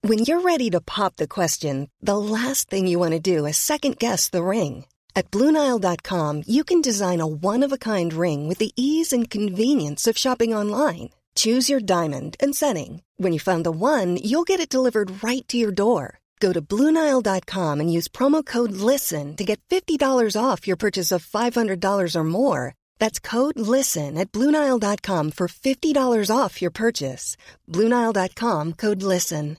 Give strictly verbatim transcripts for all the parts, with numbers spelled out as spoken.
When you're ready to pop the question, the last thing you want to do is second-guess the ring. At Blue Nile dot com, you can design a one-of-a-kind ring with the ease and convenience of shopping online. Choose your diamond and setting. When you find the one, you'll get it delivered right to your door. Go to Blue Nile dot com and use promo code LISTEN to get fifty dollars off your purchase of five hundred dollars or more. That's code LISTEN at Blue Nile dot com for fifty dollars off your purchase. Blue Nile dot com, code LISTEN.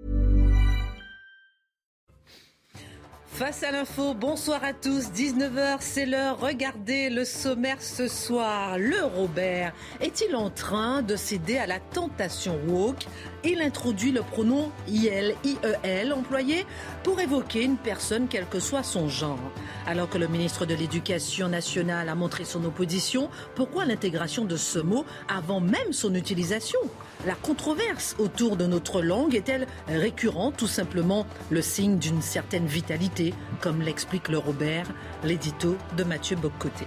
Face à l'info, bonsoir à tous, dix-neuf heures, c'est l'heure. Regardez le sommaire ce soir. Le Robert est-il en train de céder à la tentation woke ? Il introduit le pronom I L, I E L, employé pour évoquer une personne quel que soit son genre. Alors que le ministre de l'Éducation nationale a montré son opposition, pourquoi l'intégration de ce mot avant même son utilisation ? La controverse autour de notre langue est-elle récurrente, tout simplement le signe d'une certaine vitalité, comme l'explique le Robert, l'édito de Mathieu Boccoté.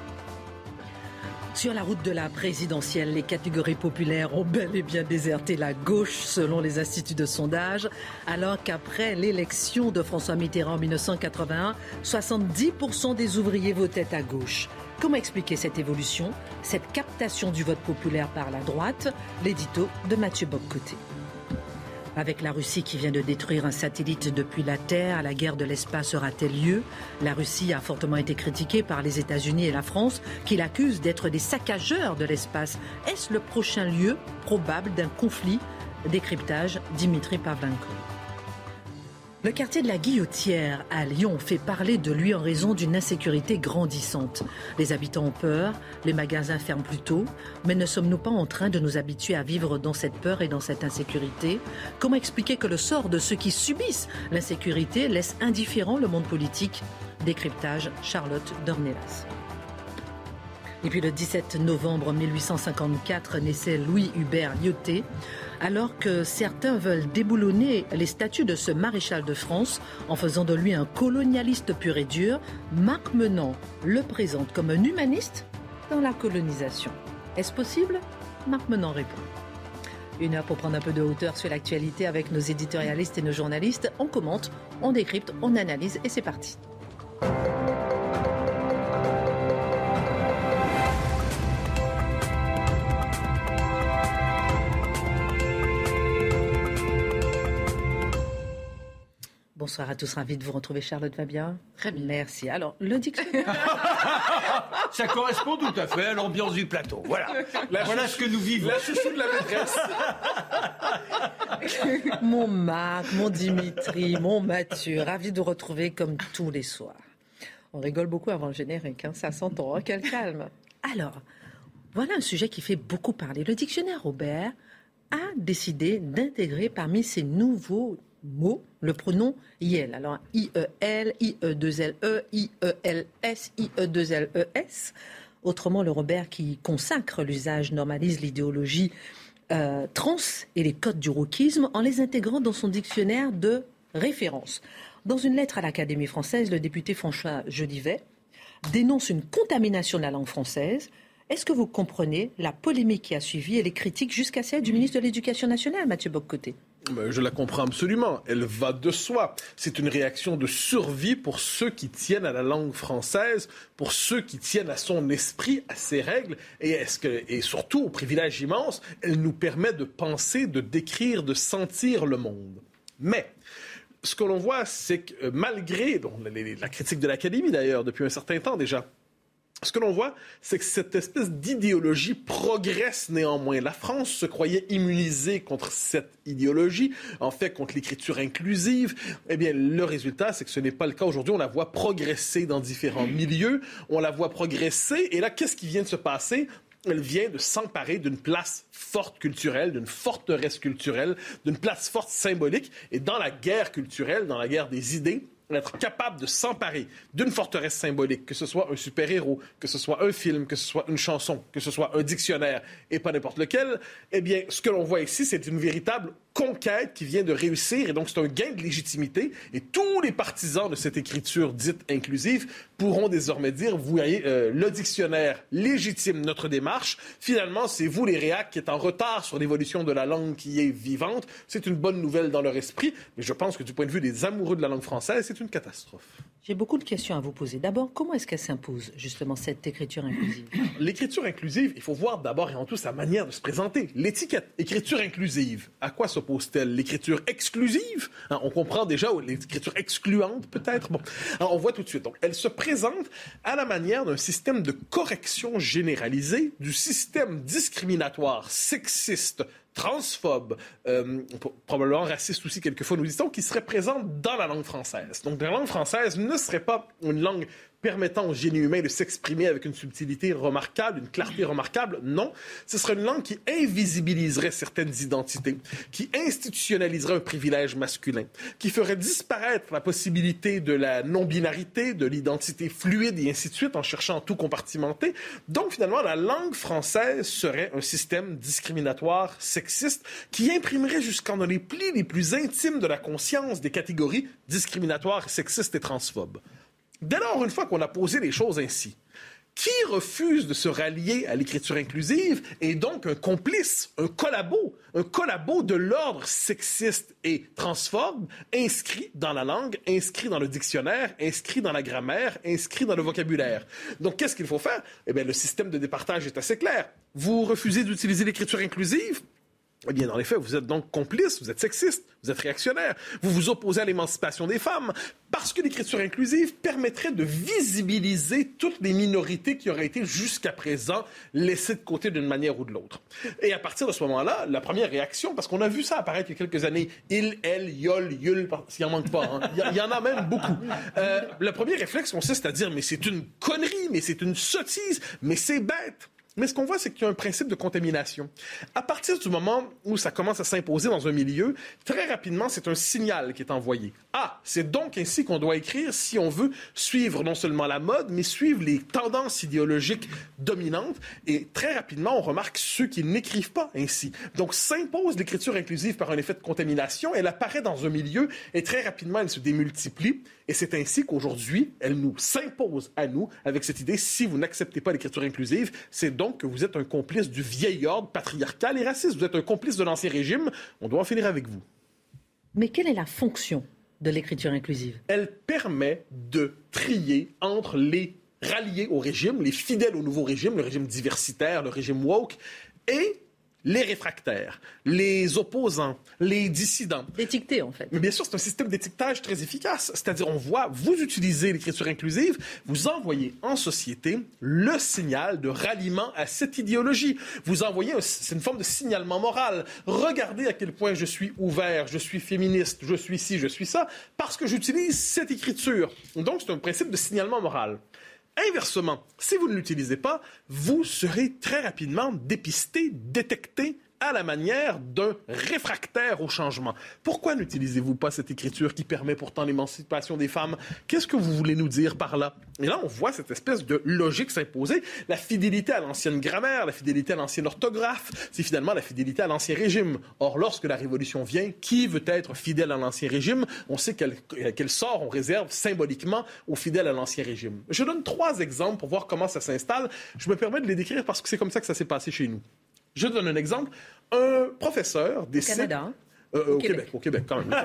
Sur la route de la présidentielle, les catégories populaires ont bel et bien déserté la gauche selon les instituts de sondage, alors qu'après l'élection de François Mitterrand en dix-neuf cent quatre-vingt-un, soixante-dix pour cent des ouvriers votaient à gauche. Comment expliquer cette évolution, cette captation du vote populaire par la droite ? L'édito de Mathieu Boccoté. Avec la Russie qui vient de détruire un satellite depuis la Terre, la guerre de l'espace aura-t-elle lieu ? La Russie a fortement été critiquée par les États-Unis et la France, qui l'accusent d'être des saccageurs de l'espace. Est-ce le prochain lieu probable d'un conflit ? Décryptage, Dimitri Pavlenko. Le quartier de la Guillotière à Lyon fait parler de lui en raison d'une insécurité grandissante. Les habitants ont peur, les magasins ferment plus tôt, mais ne sommes-nous pas en train de nous habituer à vivre dans cette peur et dans cette insécurité ? Comment expliquer que le sort de ceux qui subissent l'insécurité laisse indifférent le monde politique ? Décryptage, Charlotte Dornelas. Et puis le dix-sept novembre mille huit cent cinquante-quatre naissait Louis Hubert Lyautey. Alors que certains veulent déboulonner les statuts de ce maréchal de France en faisant de lui un colonialiste pur et dur, Marc Menant le présente comme un humaniste dans la colonisation. Est-ce possible ? Marc Menant répond. Une heure pour prendre un peu de hauteur sur l'actualité avec nos éditorialistes et nos journalistes. On commente, on décrypte, on analyse et c'est parti. Bonsoir à tous, ravi de vous retrouver. Charlotte va bien ? Très bien. Merci. Alors, le dictionnaire... Ça correspond tout à fait à l'ambiance du plateau. Voilà, la voilà chouchou, ce que nous vivons. La chouchou de la maîtresse. Mon Marc, mon Dimitri, mon Mathieu, ravi de vous retrouver comme tous les soirs. On rigole beaucoup avant le générique, hein, ça s'entend, hein, quel calme. Alors, voilà un sujet qui fait beaucoup parler. Le dictionnaire Robert a décidé d'intégrer parmi ces nouveaux mots le pronom I L. Alors I E L, I E deux L E, I E L S, I E deux L E S. Autrement, le Robert qui consacre l'usage normalise l'idéologie euh, trans et les codes du wokisme en les intégrant dans son dictionnaire de référence. Dans une lettre à l'Académie française, le député François Jolivet dénonce une contamination de la langue française. Est-ce que vous comprenez la polémique qui a suivi et les critiques jusqu'à celle du ministre de l'Éducation nationale, Mathieu Boccoté ? Je la comprends absolument. Elle va de soi. C'est une réaction de survie pour ceux qui tiennent à la langue française, pour ceux qui tiennent à son esprit, à ses règles, et, est-ce que, et surtout, au privilège immense, elle nous permet de penser, de décrire, de sentir le monde. Mais ce que l'on voit, c'est que malgré donc, la critique de l'Académie, d'ailleurs, depuis un certain temps déjà, ce que l'on voit, c'est que cette espèce d'idéologie progresse néanmoins. La France se croyait immunisée contre cette idéologie, en fait contre l'écriture inclusive. Eh bien, le résultat, c'est que ce n'est pas le cas aujourd'hui. On la voit progresser dans différents milieux, on la voit progresser, et là, qu'est-ce qui vient de se passer ? Elle vient de s'emparer d'une place forte culturelle, d'une forteresse culturelle, d'une place forte symbolique, et dans la guerre culturelle, dans la guerre des idées, être capable de s'emparer d'une forteresse symbolique, que ce soit un super-héros, que ce soit un film, que ce soit une chanson, que ce soit un dictionnaire, et pas n'importe lequel, eh bien, ce que l'on voit ici, c'est une véritable conquête qui vient de réussir et donc c'est un gain de légitimité et tous les partisans de cette écriture dite inclusive pourront désormais dire, vous voyez, euh, le dictionnaire légitime notre démarche. Finalement, c'est vous les réacs qui êtes en retard sur l'évolution de la langue qui est vivante. C'est une bonne nouvelle dans leur esprit, mais je pense que du point de vue des amoureux de la langue française, c'est une catastrophe. J'ai beaucoup de questions à vous poser. D'abord, comment est-ce qu'elle s'impose, justement, cette écriture inclusive? L'écriture inclusive, il faut voir d'abord et avant tout sa manière de se présenter. L'étiquette, écriture inclusive, à quoi s'oppose-t-elle? L'écriture exclusive? Hein, on comprend déjà, ou l'écriture excluante peut-être? Bon, alors on voit tout de suite. Donc, elle se présente à la manière d'un système de correction généralisée du système discriminatoire, sexiste, transphobe, euh, probablement raciste aussi quelquefois, nous dit-on, qui serait présente dans la langue française. Donc la langue française ne serait pas une langue permettant au génie humain de s'exprimer avec une subtilité remarquable, une clarté remarquable. Non, ce serait une langue qui invisibiliserait certaines identités, qui institutionnaliserait un privilège masculin, qui ferait disparaître la possibilité de la non-binarité, de l'identité fluide et ainsi de suite en cherchant à tout compartimenter. Donc finalement, la langue française serait un système discriminatoire, sexiste, qui imprimerait jusqu'en dans les plis les plus intimes de la conscience des catégories discriminatoires, sexistes et transphobes. Dès lors, une fois qu'on a posé les choses ainsi, qui refuse de se rallier à l'écriture inclusive est donc un complice, un collabo, un collabo de l'ordre sexiste et transphobe inscrit dans la langue, inscrit dans le dictionnaire, inscrit dans la grammaire, inscrit dans le vocabulaire. Donc, qu'est-ce qu'il faut faire? Eh bien, le système de départage est assez clair. Vous refusez d'utiliser l'écriture inclusive? Eh bien, dans les faits, vous êtes donc complice, vous êtes sexiste, vous êtes réactionnaire, vous vous opposez à l'émancipation des femmes, parce que l'écriture inclusive permettrait de visibiliser toutes les minorités qui auraient été jusqu'à présent laissées de côté d'une manière ou de l'autre. Et à partir de ce moment-là, la première réaction, parce qu'on a vu ça apparaître il y a quelques années, il, elle, yol, yul, s'il n'en manque pas, hein. il, y, il y en a même beaucoup. Euh, le premier réflexe consiste à dire, mais c'est une connerie, mais c'est une sottise, mais c'est bête. Mais ce qu'on voit, c'est qu'il y a un principe de contamination. À partir du moment où ça commence à s'imposer dans un milieu, très rapidement, c'est un signal qui est envoyé. Ah, c'est donc ainsi qu'on doit écrire si on veut suivre non seulement la mode, mais suivre les tendances idéologiques dominantes. Et très rapidement, on remarque ceux qui n'écrivent pas ainsi. Donc, s'impose l'écriture inclusive par un effet de contamination. Elle apparaît dans un milieu et très rapidement, elle se démultiplie. Et c'est ainsi qu'aujourd'hui, elle nous s'impose à nous avec cette idée, si vous n'acceptez pas l'écriture inclusive, c'est donc que vous êtes un complice du vieil ordre patriarcal et raciste. Vous êtes un complice de l'ancien régime. On doit en finir avec vous. Mais quelle est la fonction de l'écriture inclusive? Elle permet de trier entre les ralliés au régime, les fidèles au nouveau régime, le régime diversitaire, le régime woke, et les réfractaires, les opposants, les dissidents. D'étiqueter, en fait. Mais bien sûr, c'est un système d'étiquetage très efficace. C'est-à-dire, on voit, vous utilisez l'écriture inclusive, vous envoyez en société le signal de ralliement à cette idéologie. Vous envoyez, un, c'est une forme de signalement moral. Regardez à quel point je suis ouvert, je suis féministe, je suis ci, je suis ça, parce que j'utilise cette écriture. Donc, c'est un principe de signalement moral. Inversement, si vous ne l'utilisez pas, vous serez très rapidement dépisté, détecté à la manière d'un réfractaire au changement. Pourquoi n'utilisez-vous pas cette écriture qui permet pourtant l'émancipation des femmes? Qu'est-ce que vous voulez nous dire par là? Et là, on voit cette espèce de logique s'imposer. La fidélité à l'ancienne grammaire, la fidélité à l'ancienne orthographe, c'est finalement la fidélité à l'ancien régime. Or, lorsque la Révolution vient, qui veut être fidèle à l'ancien régime? On sait quel, quel sort on réserve symboliquement aux fidèles à l'ancien régime. Je donne trois exemples pour voir comment ça s'installe. Je me permets de les décrire parce que c'est comme ça que ça s'est passé chez nous. Je donne un exemple. Un professeur décide... Au Canada, hein? euh, au, au Québec. Québec. Au Québec, quand même.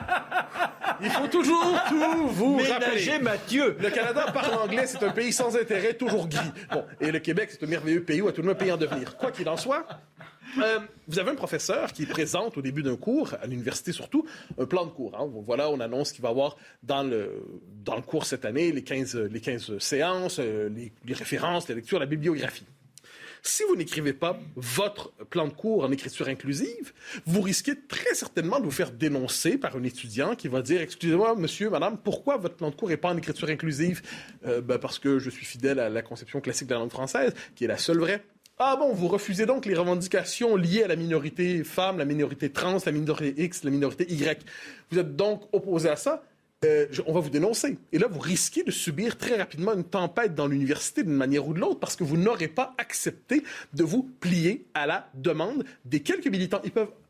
Il faut toujours tout vous Ménager rappeler. Mathieu. Le Canada parle anglais, c'est un pays sans intérêt, toujours gris. Bon, et le Québec, c'est un merveilleux pays ou à tout le monde un pays en devenir. Quoi qu'il en soit, euh, vous avez un professeur qui présente au début d'un cours, à l'université surtout, un plan de cours. Hein. Voilà, on annonce qu'il va y avoir dans le, dans le cours cette année les quinze, les quinze séances, les, les références, les lectures, la bibliographie. Si vous n'écrivez pas votre plan de cours en écriture inclusive, vous risquez très certainement de vous faire dénoncer par un étudiant qui va dire « Excusez-moi, monsieur, madame, pourquoi votre plan de cours n'est pas en écriture inclusive? euh, » ben Parce que je suis fidèle à la conception classique de la langue française, qui est la seule vraie. Ah bon, vous refusez donc les revendications liées à la minorité femme, la minorité trans, la minorité X, la minorité Y. Vous êtes donc opposé à ça? Euh, je, on va vous dénoncer. Et là, vous risquez de subir très rapidement une tempête dans l'université d'une manière ou de l'autre parce que vous n'aurez pas accepté de vous plier à la demande des quelques militants. Ils peuvent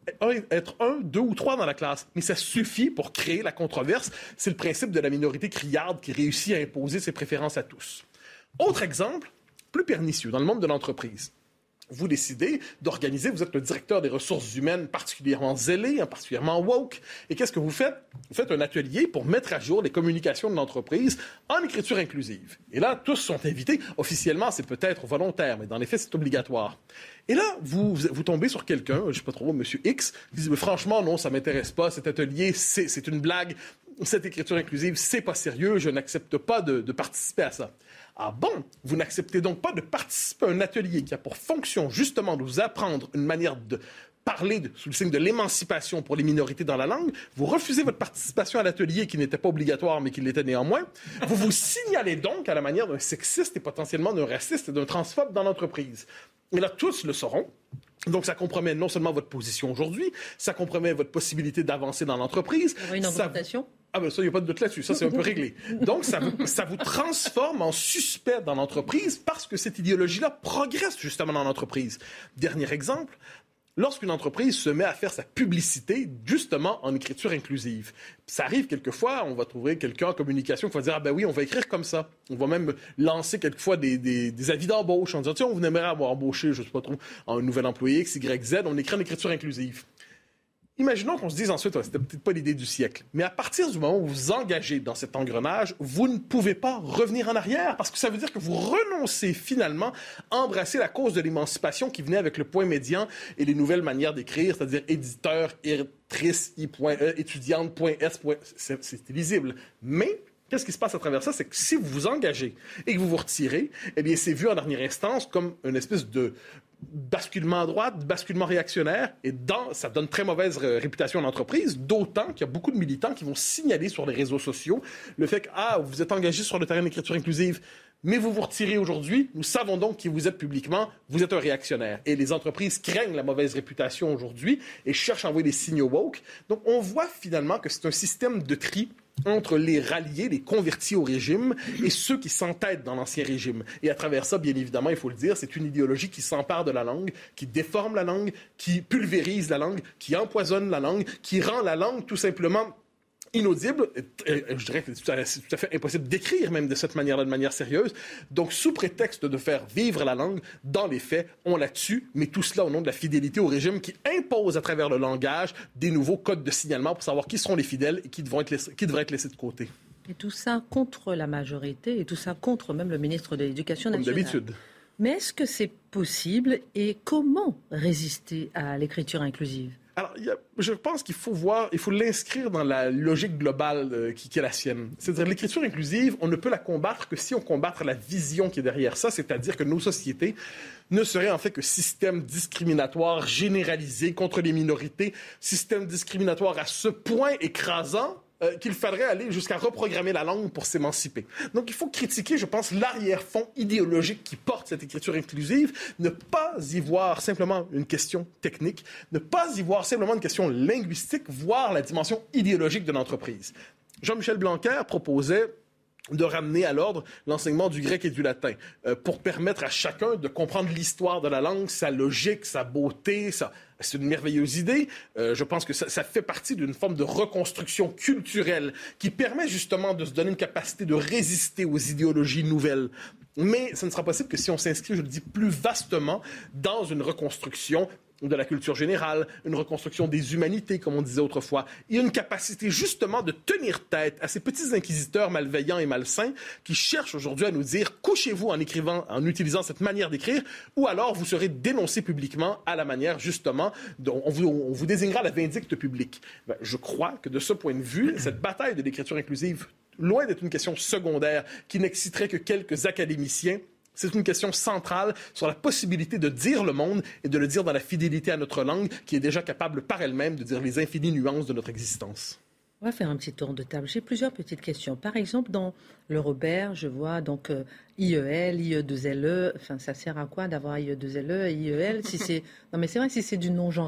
être un, deux ou trois dans la classe. Mais ça suffit pour créer la controverse. C'est le principe de la minorité criarde qui réussit à imposer ses préférences à tous. Autre exemple, plus pernicieux, dans le monde de l'entreprise. Vous décidez d'organiser, vous êtes le directeur des ressources humaines particulièrement zélé, hein, particulièrement woke. Et qu'est-ce que vous faites? Vous faites un atelier pour mettre à jour les communications de l'entreprise en écriture inclusive. Et là, tous sont invités. Officiellement, c'est peut-être volontaire, mais dans les faits, c'est obligatoire. Et là, vous, vous tombez sur quelqu'un, je ne sais pas trop, M. X, qui dit « Franchement, non, ça ne m'intéresse pas. Cet atelier, c'est, c'est une blague. Cette écriture inclusive, c'est pas sérieux. Je n'accepte pas de, de participer à ça. » Ah bon? Vous n'acceptez donc pas de participer à un atelier qui a pour fonction justement de vous apprendre une manière de parler de, sous le signe de l'émancipation pour les minorités dans la langue. Vous refusez votre participation à l'atelier qui n'était pas obligatoire mais qui l'était néanmoins. Vous vous signalez donc à la manière d'un sexiste et potentiellement d'un raciste et d'un transphobe dans l'entreprise. Et là, tous le sauront. Donc, ça compromet non seulement votre position aujourd'hui, ça compromet votre possibilité d'avancer dans l'entreprise. Il y aura une augmentation? Ça... Ah ben ça, il n'y a pas de doute là-dessus. Ça, c'est un peu réglé. Donc, ça vous, ça vous transforme en suspect dans l'entreprise parce que cette idéologie-là progresse justement dans l'entreprise. Dernier exemple, lorsqu'une entreprise se met à faire sa publicité justement en écriture inclusive. Ça arrive quelquefois, on va trouver quelqu'un en communication qui va dire « Ah ben oui, on va écrire comme ça ». On va même lancer quelquefois des, des, des avis d'embauche en disant « Tiens, on vous aimerait avoir embauché, je ne sais pas trop, un nouvel employé X, Y, Z, on écrit en écriture inclusive ». Imaginons qu'on se dise ensuite, c'était peut-être pas l'idée du siècle, mais à partir du moment où vous vous engagez dans cet engrenage, vous ne pouvez pas revenir en arrière parce que ça veut dire que vous renoncez finalement à embrasser la cause de l'émancipation qui venait avec le point médian et les nouvelles manières d'écrire, c'est-à-dire éditeur, éditrice, i.e, étudiante, .s, c'est, c'est lisible. Mais qu'est-ce qui se passe à travers ça? C'est que si vous vous engagez et que vous vous retirez, eh bien, c'est vu en dernière instance comme une espèce de basculement à droite, basculement réactionnaire, et dans, ça donne très mauvaise réputation à l'entreprise, d'autant qu'il y a beaucoup de militants qui vont signaler sur les réseaux sociaux le fait que, ah, vous êtes engagé sur le terrain de l'écriture inclusive, mais vous vous retirez aujourd'hui, nous savons donc qui vous êtes publiquement, vous êtes un réactionnaire. Et les entreprises craignent la mauvaise réputation aujourd'hui et cherchent à envoyer des signaux woke. Donc, on voit finalement que c'est un système de tri entre les ralliés, les convertis au régime et ceux qui s'entêtent dans l'ancien régime. Et à travers ça, bien évidemment, il faut le dire, c'est une idéologie qui s'empare de la langue, qui déforme la langue, qui pulvérise la langue, qui empoisonne la langue, qui rend la langue tout simplement inaudible. Je dirais que c'est tout, à, c'est tout à fait impossible d'écrire même de cette manière-là, de manière sérieuse. Donc, sous prétexte de faire vivre la langue, dans les faits, on la tue, mais tout cela au nom de la fidélité au régime qui impose à travers le langage des nouveaux codes de signalement pour savoir qui seront les fidèles et qui, devront être laissés, qui devraient être laissés de côté. Et tout ça contre la majorité et tout ça contre même le ministre de l'Éducation nationale. Comme d'habitude. Mais est-ce que c'est possible et comment résister à l'écriture inclusive? Alors, il y a, je pense qu'il faut voir, il faut l'inscrire dans la logique globale euh, qui, qui est la sienne. C'est-à-dire, l'écriture inclusive, on ne peut la combattre que si on combat la vision qui est derrière ça, c'est-à-dire que nos sociétés ne seraient en fait que système discriminatoire généralisé contre les minorités, système discriminatoire à ce point écrasant Euh, qu'il faudrait aller jusqu'à reprogrammer la langue pour s'émanciper. Donc, il faut critiquer, je pense, l'arrière-fond idéologique qui porte cette écriture inclusive, ne pas y voir simplement une question technique, ne pas y voir simplement une question linguistique, voir la dimension idéologique de l'entreprise. Jean-Michel Blanquer proposait de ramener à l'ordre l'enseignement du grec et du latin euh, pour permettre à chacun de comprendre l'histoire de la langue, sa logique, sa beauté. Ça, c'est une merveilleuse idée. Euh, je pense que ça, ça fait partie d'une forme de reconstruction culturelle qui permet justement de se donner une capacité de résister aux idéologies nouvelles. Mais ce ne sera possible que si on s'inscrit, je le dis, plus vastement dans une reconstruction de la culture générale, une reconstruction des humanités, comme on disait autrefois. Il y a une capacité justement de tenir tête à ces petits inquisiteurs malveillants et malsains qui cherchent aujourd'hui à nous dire « couchez-vous en écrivant, en utilisant cette manière d'écrire, ou alors vous serez dénoncé publiquement à la manière justement, de, on, vous, on vous désignera la vindicte publique. Ben, » Je crois que de ce point de vue, cette bataille de l'écriture inclusive, loin d'être une question secondaire qui n'exciterait que quelques académiciens, c'est une question centrale sur la possibilité de dire le monde et de le dire dans la fidélité à notre langue qui est déjà capable par elle-même de dire les infinies nuances de notre existence. On va faire un petit tour de table. J'ai plusieurs petites questions. Par exemple, dans le Robert, je vois donc euh, I E L, I E deux L E. Enfin, ça sert à quoi d'avoir I E deux L E et I E L si c'est... Non, mais c'est vrai, si c'est du non-genré,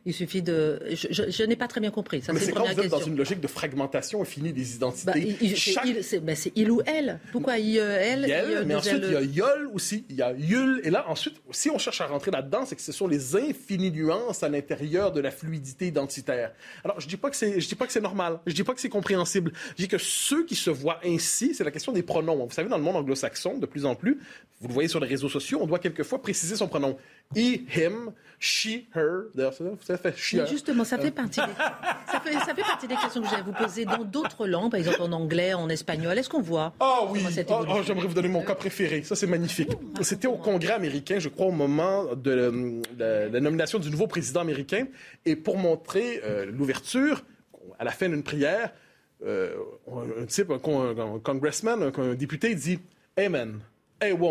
Il suffit de... Je, je, je n'ai pas très bien compris. Ça, mais c'est, c'est une quand première vous êtes question. dans une logique de fragmentation infinie des identités. Bah, il, Chaque... c'est, il, c'est, bah, c'est il ou elle. Pourquoi il, elle, Yel, il, mais ensuite, elle... il y a yol aussi. Il y a yul. Et là, ensuite, si on cherche à rentrer là-dedans, c'est que ce sont les infinies nuances à l'intérieur de la fluidité identitaire. Alors, je dis pas que c'est, je dis pas que c'est normal. Je dis pas que c'est compréhensible. Je dis que ceux qui se voient ainsi, c'est la question des pronoms. Vous savez, dans le monde anglo-saxon, de plus en plus, vous le voyez sur les réseaux sociaux, on doit quelquefois préciser son pronom. He, him, she, her. D'ailleurs, ça, ça fait she, her. Justement, ça fait, partie des, ça, fait, ça fait partie des questions que j'allais vous poser dans d'autres langues, par exemple en anglais, en espagnol. Est-ce qu'on voit Ah oui, oh, oh, j'aimerais vous donner mon cas préféré. Ça, c'est magnifique. Oh, C'était au Congrès américain, je crois, au moment de, de, de la nomination du nouveau président américain. Et pour montrer euh, l'ouverture, à la fin d'une prière, euh, un type, un, un, un congressman, un, un député dit « Amen, a woman ».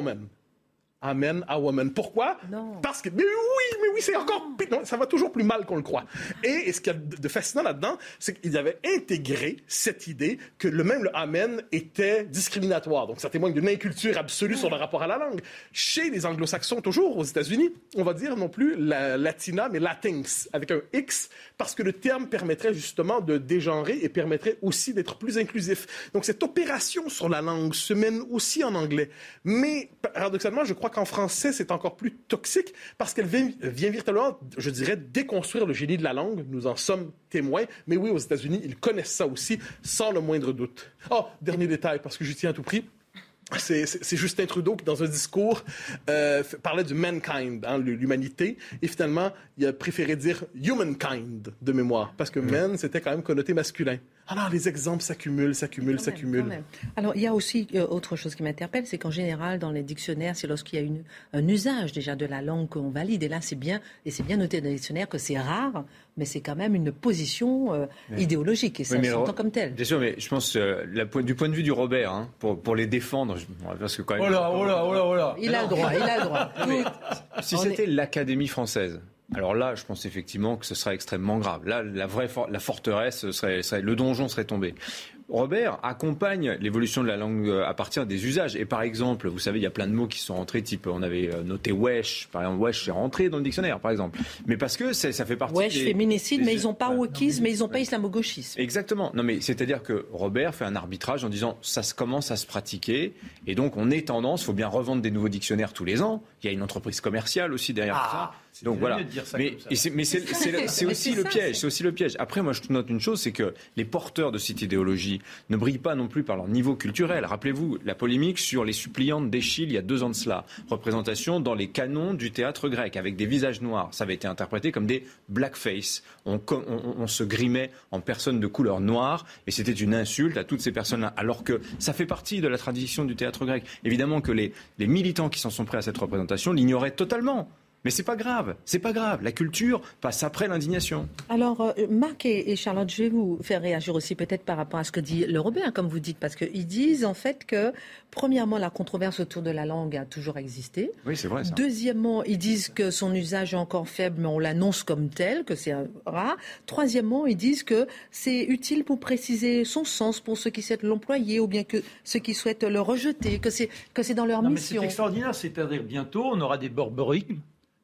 Amen, a woman. Pourquoi? Non. Parce que, mais oui, mais oui, c'est encore pire. Non, ça va toujours plus mal qu'on le croit. Et, et ce qu'il y a de fascinant là-dedans, c'est qu'il avait intégré cette idée que le même le amen était discriminatoire. Donc, ça témoigne d'une inculture absolue sur le rapport à la langue. Chez les anglo-saxons, toujours aux États-Unis, on va dire non plus la latina, mais latinx, avec un X, parce que le terme permettrait justement de dégenrer et permettrait aussi d'être plus inclusif. Donc, cette opération sur la langue se mène aussi en anglais. Mais, paradoxalement, je crois qu'en français, c'est encore plus toxique parce qu'elle vient, vient véritablement, je dirais, déconstruire le génie de la langue. Nous en sommes témoins. Mais oui, aux États-Unis, ils connaissent ça aussi, sans le moindre doute. Oh, dernier détail, parce que j'y tiens à tout prix. C'est, c'est, c'est Justin Trudeau qui, dans un discours, euh, parlait du mankind, hein, l'humanité, et finalement, il a préféré dire humankind de mémoire, parce que mmh. man, c'était quand même connoté masculin. Alors, les exemples s'accumulent, s'accumulent, quand s'accumulent. Même, Alors, il y a aussi euh, autre chose qui m'interpelle, c'est qu'en général, dans les dictionnaires, c'est lorsqu'il y a une, un usage déjà de la langue qu'on valide. Et là, c'est bien, et c'est bien noté dans les dictionnaires que c'est rare, mais c'est quand même une position euh, oui. idéologique, et ça oui, s'entend comme tel. Bien sûr, mais je pense, euh, la, du point de vue du Robert, hein, pour, pour les défendre, je, parce que quand même... Oh là, oh là, oh là, oh là. Il a le droit, il a le droit. Mais, si c'était est... l'Académie française, alors là, je pense effectivement que ce serait extrêmement grave. Là, la vraie for- la forteresse serait, serait, le donjon serait tombé. Robert accompagne l'évolution de la langue à partir des usages. Et par exemple, vous savez, il y a plein de mots qui sont rentrés, type, on avait noté wesh, par exemple, wesh, c'est rentré dans le dictionnaire, par exemple. Mais parce que c'est, ça fait partie wesh, des... féminicide, des... mais ils n'ont pas wokisme, mais ils n'ont pas ouais. islamo-gauchisme. Exactement. Non, mais c'est-à-dire que Robert fait un arbitrage en disant, ça se commence à se pratiquer, et donc on est tendance, il faut bien revendre des nouveaux dictionnaires tous les ans. Il y a une entreprise commerciale aussi derrière ah, tout ça. C'est donc voilà. De dire ça mais, ça. C'est, mais c'est, c'est, c'est, c'est aussi le piège. C'est aussi le piège. Après, moi, je note une chose, c'est que les porteurs de cette idéologie ne brillent pas non plus par leur niveau culturel. Rappelez-vous la polémique sur les suppliantes d'Échille il y a deux ans de cela. Représentation dans les canons du théâtre grec avec des visages noirs. Ça avait été interprété comme des blackface. On, on, on se grimait en personnes de couleur noire et c'était une insulte à toutes ces personnes-là. Alors que ça fait partie de la tradition du théâtre grec. Évidemment que les, les militants qui s'en sont pris à cette représentation l'ignoraient totalement. Mais c'est pas grave, c'est pas grave. La culture passe après l'indignation. Alors, euh, Marc et, et Charlotte, je vais vous faire réagir aussi peut-être par rapport à ce que dit le Robert, comme vous dites, parce qu'ils disent en fait que, premièrement, la controverse autour de la langue a toujours existé. Oui, c'est vrai ça. Deuxièmement, ils disent que son usage est encore faible, mais on l'annonce comme tel, que c'est rare. Troisièmement, ils disent que c'est utile pour préciser son sens pour ceux qui souhaitent l'employer ou bien que ceux qui souhaitent le rejeter, que c'est, que c'est dans leur non, mission. Mais c'est extraordinaire, c'est-à-dire bientôt, on aura des borborigmes.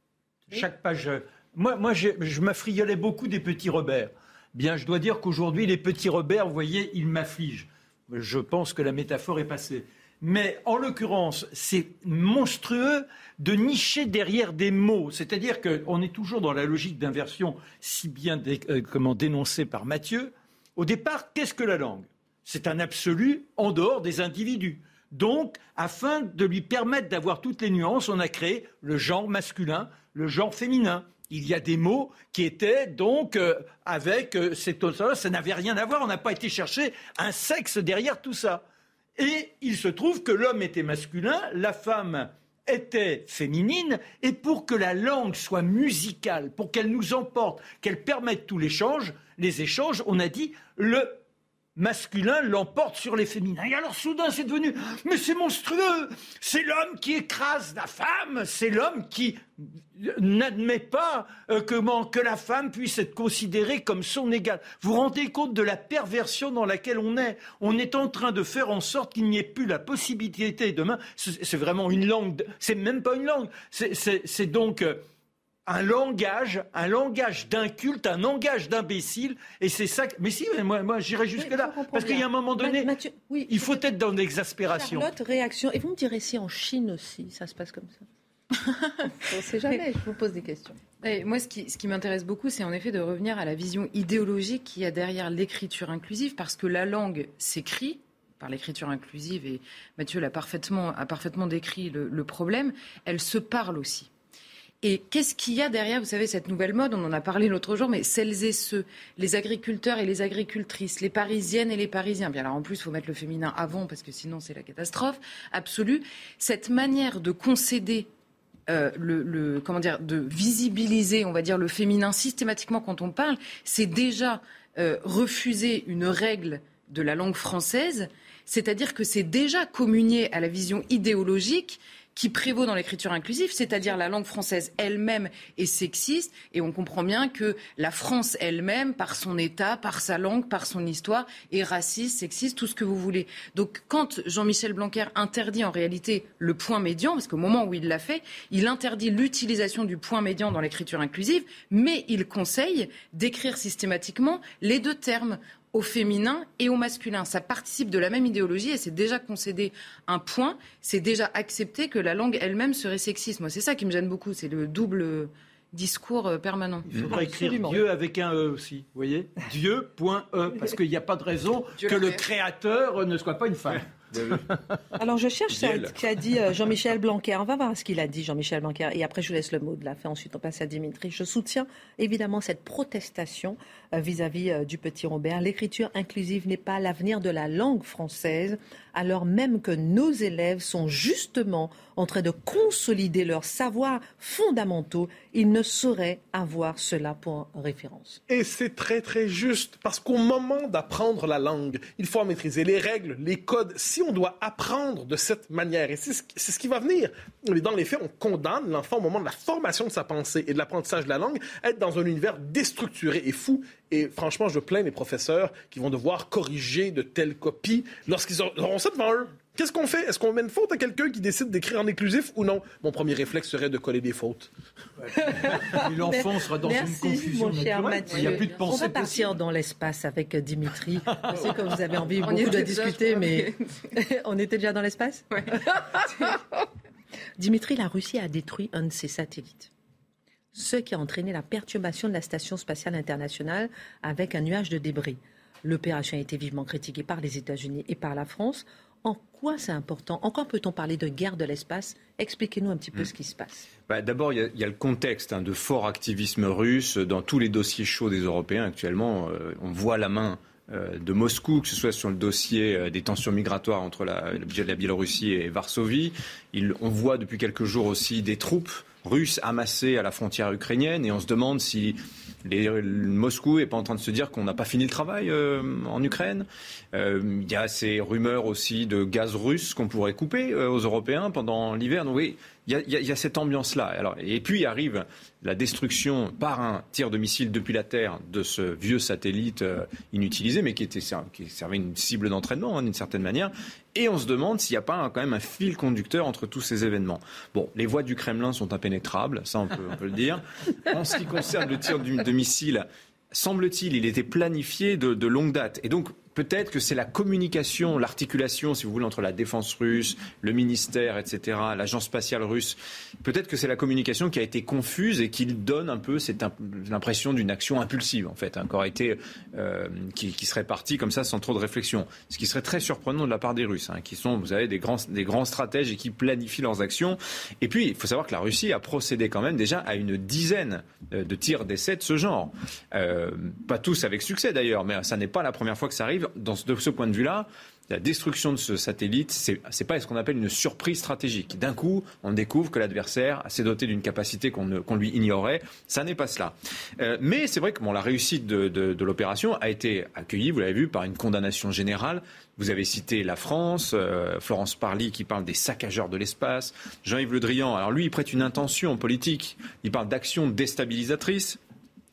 Chaque page. Moi, moi je, je m'affriolais beaucoup des petits Robert. Bien, je dois dire qu'aujourd'hui, les petits Robert, vous voyez, ils m'affligent. Je pense que la métaphore est passée. Mais en l'occurrence, c'est monstrueux de nicher derrière des mots. C'est-à-dire qu'on est toujours dans la logique d'inversion, si bien dé, euh, comment, dénoncée par Mathieu. Au départ, qu'est-ce que la langue ? C'est un absolu en dehors des individus. Donc, afin de lui permettre d'avoir toutes les nuances, on a créé le genre masculin, le genre féminin. Il y a des mots qui étaient donc euh, avec euh, cet autre, ça n'avait rien à voir, on n'a pas été chercher un sexe derrière tout ça. Et il se trouve que l'homme était masculin, la femme était féminine, et pour que la langue soit musicale, pour qu'elle nous emporte, qu'elle permette tout l'échange, les échanges, on a dit le masculin l'emporte sur les féminins. Et alors soudain c'est devenu, mais c'est monstrueux, c'est l'homme qui écrase la femme, c'est l'homme qui n'admet pas euh, comment, que la femme puisse être considérée comme son égale. Vous vous rendez compte de la perversion dans laquelle on est ? On est en train de faire en sorte qu'il n'y ait plus la possibilité demain, c'est, c'est vraiment une langue, de, c'est même pas une langue, c'est, c'est, c'est donc... Euh, un langage, un langage d'inculte, un langage d'imbécile, et c'est ça. Que... Mais si, mais moi, moi, j'irai jusque là, parce qu'il y a un moment donné, Mathieu, oui, il faut être dans l'exaspération. Charlotte, réaction. Et vous me direz si en Chine aussi, ça se passe comme ça. On ne sait jamais. Je vous pose des questions. Et moi, ce qui, ce qui m'intéresse beaucoup, c'est en effet de revenir à la vision idéologique qu'il y a derrière l'écriture inclusive, parce que la langue s'écrit par l'écriture inclusive, et Mathieu l'a parfaitement, a parfaitement décrit le, le problème. Elle se parle aussi. Et qu'est-ce qu'il y a derrière, vous savez, cette nouvelle mode, on en a parlé l'autre jour, mais celles et ceux, les agriculteurs et les agricultrices, les Parisiennes et les Parisiens, bien alors en plus, il faut mettre le féminin avant, parce que sinon c'est la catastrophe absolue. Cette manière de concéder, euh, le, le, comment dire, de visibiliser, on va dire, le féminin systématiquement quand on parle, c'est déjà euh, refuser une règle de la langue française, c'est-à-dire que c'est déjà communier à la vision idéologique qui prévaut dans l'écriture inclusive, c'est-à-dire la langue française elle-même est sexiste, et on comprend bien que la France elle-même, par son État, par sa langue, par son histoire, est raciste, sexiste, tout ce que vous voulez. Donc quand Jean-Michel Blanquer interdit en réalité le point médian, parce qu'au moment où il l'a fait, il interdit l'utilisation du point médian dans l'écriture inclusive, mais il conseille d'écrire systématiquement les deux termes, au féminin et au masculin. Ça participe de la même idéologie et c'est déjà concédé un point, c'est déjà accepté que la langue elle-même serait sexiste. Moi, c'est ça qui me gêne beaucoup, c'est le double discours permanent. Il faudrait écrire Dieu avec un E aussi, vous voyez ? Dieu, point E, parce qu'il n'y a pas de raison Dieu que le créateur ne soit pas une femme. Alors je cherche ce qu'a dit Jean-Michel Blanquer. On va voir ce qu'il a dit, Jean-Michel Blanquer. Et après, je vous laisse le mot de la fin. Ensuite, on passe à Dimitri. Je soutiens évidemment cette protestation vis-à-vis du petit Robert. L'écriture inclusive n'est pas l'avenir de la langue française, alors même que nos élèves sont justement en train de consolider leurs savoirs fondamentaux. Ils ne sauraient avoir cela pour référence. Et c'est très, très juste, parce qu'au moment d'apprendre la langue, il faut en maîtriser les règles, les codes. Si on doit apprendre de cette manière, et c'est ce, c'est ce qui va venir, mais dans les faits, on condamne l'enfant au moment de la formation de sa pensée et de l'apprentissage de la langue à être dans un univers déstructuré et fou. Et franchement, je plains les professeurs qui vont devoir corriger de telles copies lorsqu'ils auront ça devant eux. Qu'est-ce qu'on fait? Est-ce qu'on met une faute à quelqu'un qui décide d'écrire en inclusif ou non? Mon premier réflexe serait de coller des fautes. Ouais. L'enfant sera dans Merci, une confusion mon cher naturelle. Mathieu. Il n'y a plus de pensée. On va partir possible. dans l'espace avec Dimitri. Je sais que vous avez envie On beaucoup de déjà, discuter, mais on était déjà dans l'espace? Ouais. Dimitri, la Russie a détruit un de ses satellites, ce qui a entraîné la perturbation de la Station spatiale internationale avec un nuage de débris. L'opération a été vivement critiquée par les États-Unis et par la France. En quoi c'est important? En quoi peut-on parler de guerre de l'espace? Expliquez-nous un petit peu mmh. ce qui se passe. Bah, d'abord, il y, y a le contexte hein, de fort activisme russe dans tous les dossiers chauds des Européens. Actuellement, euh, on voit la main euh, de Moscou, que ce soit sur le dossier euh, des tensions migratoires entre la, la Biélorussie et Varsovie. Il, on voit depuis quelques jours aussi des troupes russes amassées à la frontière ukrainienne, et on se demande si les, Moscou n'est pas en train de se dire qu'on n'a pas fini le travail euh, en Ukraine. Euh, il y a ces rumeurs aussi de gaz russe qu'on pourrait couper euh, aux Européens pendant l'hiver. Donc oui, il y a, il y a, il y a cette ambiance-là. Alors, et puis arrive la destruction par un tir de missile depuis la Terre de ce vieux satellite euh, inutilisé, mais qui, était, qui servait une cible d'entraînement hein, d'une certaine manière. Et on se demande s'il n'y a pas un, quand même un fil conducteur entre tous ces événements. Bon, les voies du Kremlin sont impénétrables, ça on peut, on peut le dire. En ce qui concerne le tir de, de missile, semble-t-il, il était planifié de, de longue date. Et donc, peut-être que c'est la communication, l'articulation, si vous voulez, entre la défense russe, le ministère, et cetera, l'agence spatiale russe. Peut-être que c'est la communication qui a été confuse et qui donne un peu cette imp- l'impression d'une action impulsive, en fait, hein, qui aurait été, euh, qui, qui serait partie comme ça sans trop de réflexion. Ce qui serait très surprenant de la part des Russes, hein, qui sont, vous savez, des grands, des grands stratèges et qui planifient leurs actions. Et puis, il faut savoir que la Russie a procédé quand même déjà à une dizaine de tirs d'essai de ce genre. Euh, pas tous avec succès d'ailleurs, mais ça n'est pas la première fois que ça arrive. Dans ce, de ce point de vue-là, la destruction de ce satellite, c'est, c'est pas ce qu'on appelle une surprise stratégique. D'un coup, on découvre que l'adversaire s'est doté d'une capacité qu'on, ne, qu'on lui ignorait. Ça n'est pas cela. Euh, mais c'est vrai que bon, la réussite de, de, de l'opération a été accueillie, vous l'avez vu, par une condamnation générale. Vous avez cité la France, euh, Florence Parly qui parle des saccageurs de l'espace. Jean-Yves Le Drian, alors lui, il prête une intention politique. Il parle d'actions déstabilisatrices.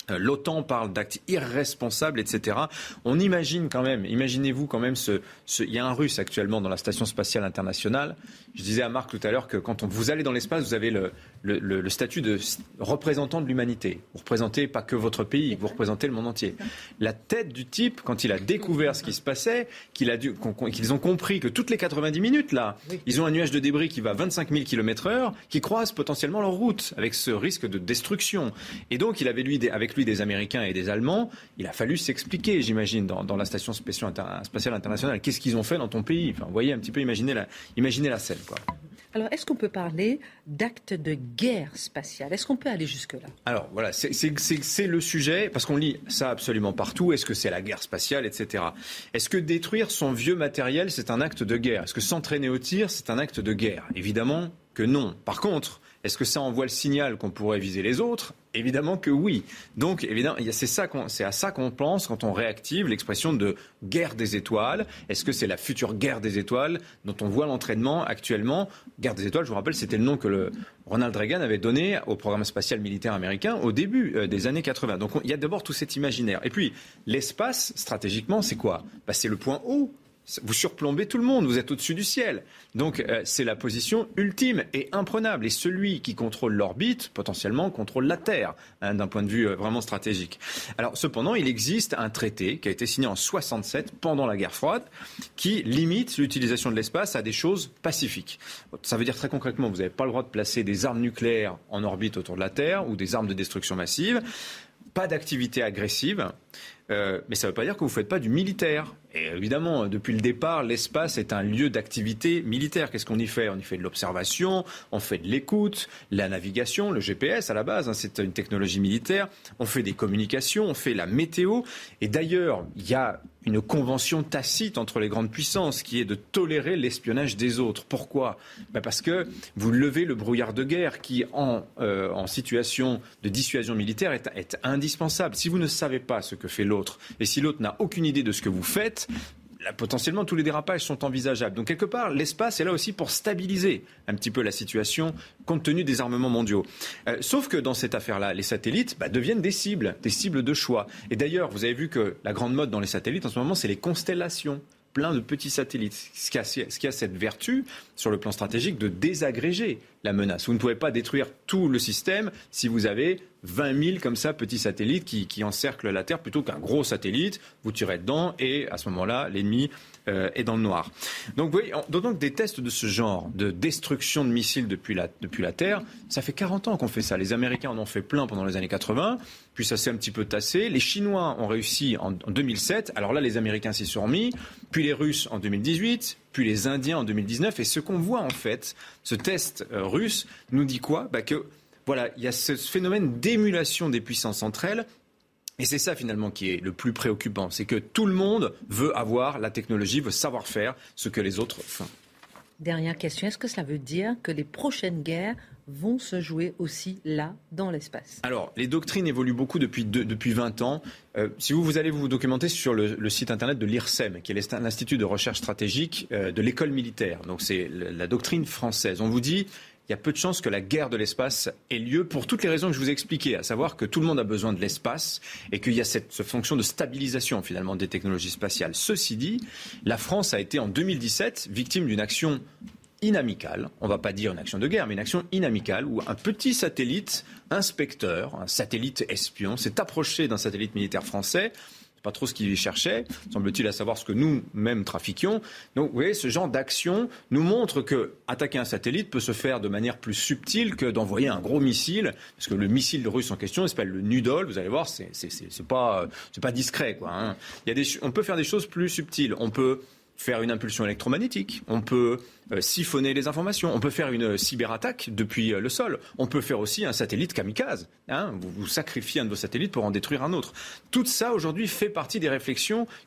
L'OTAN parle d'actes irresponsables, et cetera. On imagine quand même, imaginez-vous quand même, ce, ce, il y a un Russe actuellement dans la Station spatiale internationale. Je disais à Marc tout à l'heure que quand on, vous allez dans l'espace, vous avez le, le, le, le statut de représentant de l'humanité. Vous représentez pas que votre pays, vous représentez le monde entier. La tête du type, quand il a découvert ce qui se passait, qu'il a dû, qu'ils ont compris que toutes les quatre-vingt-dix minutes, là, ils ont un nuage de débris qui va à vingt-cinq mille kilomètres heure, qui croise potentiellement leur route, avec ce risque de destruction. Et donc, il avait lui, avec lui des Américains et des Allemands, il a fallu s'expliquer, j'imagine, dans, dans la Station spatiale internationale. Qu'est-ce qu'ils ont fait dans ton pays? Enfin, vous voyez un petit peu, imaginez la, imaginez la scène, quoi. Alors, est-ce qu'on peut parler d'actes de guerre spatiale? Est-ce qu'on peut aller jusque-là? Alors, voilà, c'est, c'est, c'est, c'est le sujet, parce qu'on lit ça absolument partout. Est-ce que c'est la guerre spatiale, et cetera. Est-ce que détruire son vieux matériel, c'est un acte de guerre? Est-ce que s'entraîner au tir, c'est un acte de guerre? Évidemment que non. Par contre, est-ce que ça envoie le signal qu'on pourrait viser les autres? Évidemment que oui. Donc, évidemment, c'est, ça qu'on, c'est à ça qu'on pense quand on réactive l'expression de guerre des étoiles. Est-ce que c'est la future guerre des étoiles dont on voit l'entraînement actuellement? Guerre des étoiles, je vous rappelle, c'était le nom que le Ronald Reagan avait donné au programme spatial militaire américain au début euh, des années quatre-vingts. Donc, on, il y a d'abord tout cet imaginaire. Et puis, l'espace, stratégiquement, c'est quoi? Bah, c'est le point haut. Vous surplombez tout le monde, vous êtes au-dessus du ciel. Donc euh, c'est la position ultime et imprenable. Et celui qui contrôle l'orbite, potentiellement, contrôle la Terre, hein, d'un point de vue euh, vraiment stratégique. Alors cependant, il existe un traité qui a été signé en soixante-sept, pendant la guerre froide, qui limite l'utilisation de l'espace à des choses pacifiques. Ça veut dire très concrètement, vous n'avez pas le droit de placer des armes nucléaires en orbite autour de la Terre ou des armes de destruction massive. Pas d'activité agressive. Euh, mais ça ne veut pas dire que vous ne faites pas du militaire. Et évidemment, depuis le départ, l'espace est un lieu d'activité militaire. Qu'est-ce qu'on y fait? On y fait de l'observation, on fait de l'écoute, la navigation, le G P S à la base, hein, c'est une technologie militaire. On fait des communications, on fait la météo. Et d'ailleurs, il y a une convention tacite entre les grandes puissances qui est de tolérer l'espionnage des autres. Pourquoi? Ben parce que vous levez le brouillard de guerre qui, en, euh, en situation de dissuasion militaire, est, est indispensable. Si vous ne savez pas ce que fait l'autre, et si l'autre n'a aucune idée de ce que vous faites, là, potentiellement tous les dérapages sont envisageables. Donc quelque part, l'espace est là aussi pour stabiliser un petit peu la situation compte tenu des armements mondiaux. Euh, sauf que dans cette affaire-là, les satellites bah, deviennent des cibles, des cibles de choix. Et d'ailleurs, vous avez vu que la grande mode dans les satellites en ce moment, c'est les constellations. Plein de petits satellites, ce qui, a, ce qui a cette vertu, sur le plan stratégique, de désagréger la menace. Vous ne pouvez pas détruire tout le système si vous avez vingt mille comme ça petits satellites qui, qui encerclent la Terre plutôt qu'un gros satellite. Vous tirez dedans et à ce moment-là, l'ennemi euh, est dans le noir. Donc, vous voyez, d'autant que des tests de ce genre, de destruction de missiles depuis la, depuis la Terre, ça fait quarante ans qu'on fait ça. Les Américains en ont fait plein pendant les années quatre-vingts, puis ça s'est un petit peu tassé. Les Chinois ont réussi en, en deux mille sept. Alors là, les Américains s'y sont remis, puis les Russes en deux mille dix-huit, puis les Indiens en deux mille dix-neuf. Et ce qu'on voit en fait, ce test euh, russe nous dit quoi? Bah que voilà, il y a ce phénomène d'émulation des puissances entre elles. Et c'est ça finalement qui est le plus préoccupant. C'est que tout le monde veut avoir la technologie, veut savoir faire ce que les autres font. Dernière question, est-ce que cela veut dire que les prochaines guerres vont se jouer aussi là, dans l'espace? Alors, les doctrines évoluent beaucoup depuis, de, depuis vingt ans. Euh, si vous, vous allez vous documenter sur le, le site internet de l'I R S E M, qui est l'Institut de recherche stratégique euh, de l'école militaire. Donc c'est la doctrine française. On vous dit, il y a peu de chances que la guerre de l'espace ait lieu pour toutes les raisons que je vous ai expliquées, à savoir que tout le monde a besoin de l'espace et qu'il y a cette, cette fonction de stabilisation finalement des technologies spatiales. Ceci dit, la France a été en deux mille dix-sept victime d'une action inamicale, on ne va pas dire une action de guerre, mais une action inamicale où un petit satellite inspecteur, un satellite espion, s'est approché d'un satellite militaire français. Pas trop ce qu'il cherchait, semble-t-il, à savoir ce que nous-mêmes trafiquions. Donc, vous voyez, ce genre d'action nous montre que attaquer un satellite peut se faire de manière plus subtile que d'envoyer un gros missile, parce que le missile russe en question, il s'appelle le Nudol. Vous allez voir, c'est, c'est, c'est, c'est pas, c'est pas discret, quoi. Hein. Il y a des, on peut faire des choses plus subtiles. On peut faire une impulsion électromagnétique, on peut euh, siphonner les informations, on peut faire une cyberattaque depuis euh, le sol, on peut faire aussi un satellite kamikaze, hein, vous, vous sacrifiez un de vos satellites pour en détruire un autre. Tout ça aujourd'hui fait partie des réflexions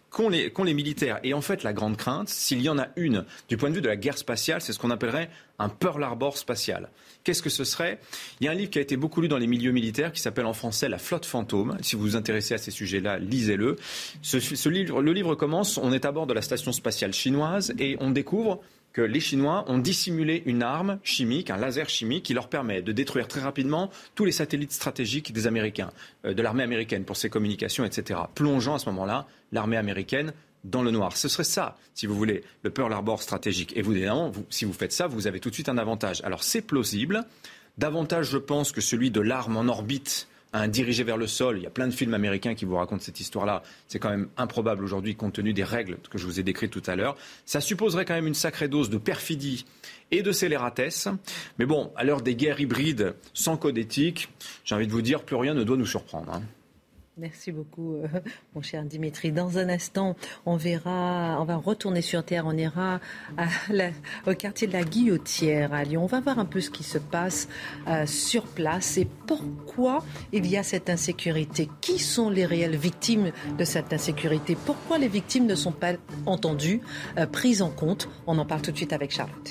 qu'ont les, qu'ont les militaires. Et en fait, la grande crainte, s'il y en a une, du point de vue de la guerre spatiale, c'est ce qu'on appellerait un Pearl Harbor spatial. Qu'est-ce que ce serait ? Il y a un livre qui a été beaucoup lu dans les milieux militaires qui s'appelle en français La flotte fantôme. Si vous vous intéressez à ces sujets-là, lisez-le. Ce, ce livre, le livre commence, on est à bord de la station spatiale chinoise et on découvre que les Chinois ont dissimulé une arme chimique, un laser chimique, qui leur permet de détruire très rapidement tous les satellites stratégiques des Américains, euh, de l'armée américaine pour ses communications, et cetera. Plongeant à ce moment-là l'armée américaine dans le noir. Ce serait ça, si vous voulez, le Pearl Harbor stratégique. Et vous, évidemment, vous, si vous faites ça, vous avez tout de suite un avantage. Alors c'est plausible. Davantage, je pense, que celui de l'arme en orbite, un dirigé vers le sol. Il y a plein de films américains qui vous racontent cette histoire-là. C'est quand même improbable aujourd'hui, compte tenu des règles que je vous ai décrites tout à l'heure. Ça supposerait quand même une sacrée dose de perfidie et de scélératesse. Mais bon, à l'heure des guerres hybrides sans code éthique, j'ai envie de vous dire, plus rien ne doit nous surprendre, hein. Merci beaucoup, euh, mon cher Dimitri. Dans un instant, on verra, on va retourner sur Terre, on ira à la, au quartier de la Guillotière à Lyon. On va voir un peu ce qui se passe euh, sur place et pourquoi il y a cette insécurité. Qui sont les réelles victimes de cette insécurité ? Pourquoi les victimes ne sont pas entendues, euh, prises en compte ? On en parle tout de suite avec Charlotte.